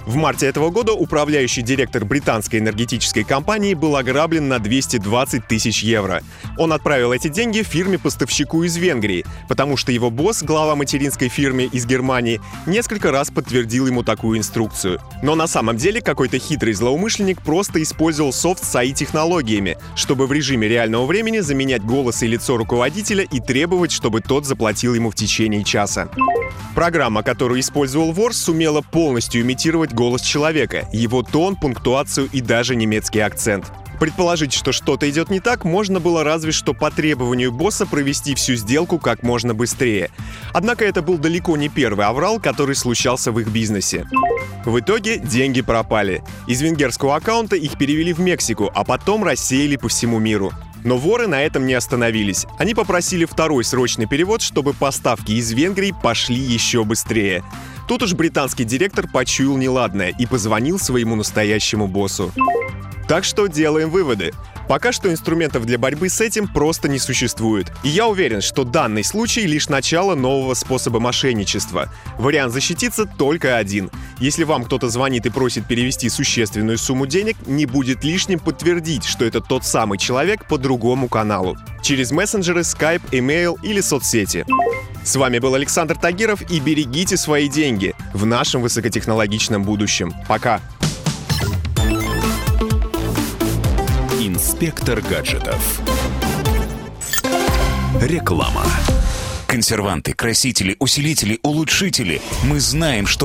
В марте этого года управляющий директор британской энергетической компании был ограблен на двести двадцать тысяч евро. Он отправил эти деньги фирме-поставщику из Венгрии, потому что его босс, глава материнской фирмы из Германии, несколько раз подтвердил ему такую инструкцию. Но на самом деле какой-то хитрый злоумышленник просто использовал софт с эй ай-технологиями, чтобы в режиме реального времени заменять голос и лицо руководителя и требовать, чтобы тот заплатил ему в течение часа. Программа, которую использовал вор, сумела полностью имитировать голос человека, его тон, пунктуацию и даже немецкий акцент. Предположить, что что-то идет не так, можно было разве что по требованию босса провести всю сделку как можно быстрее. Однако это был далеко не первый аврал, который случался в их бизнесе. В итоге деньги пропали. Из венгерского аккаунта их перевели в Мексику, а потом рассеяли по всему миру. Но воры на этом не остановились. Они попросили второй срочный перевод, чтобы поставки из Венгрии пошли еще быстрее. Тут уж британский директор почуял неладное и позвонил своему настоящему боссу. Так что делаем выводы. Пока что инструментов для борьбы с этим просто не существует. И я уверен, что данный случай лишь начало нового способа мошенничества. Вариант защититься только один. Если вам кто-то звонит и просит перевести существенную сумму денег, не будет лишним подтвердить, что это тот самый человек по другому каналу. Через мессенджеры, скайп, имейл или соцсети. С вами был Александр Тагиров, и берегите свои деньги в нашем высокотехнологичном будущем. Пока! Инспектор гаджетов. Реклама. Консерванты, красители, усилители, улучшители. Мы знаем, что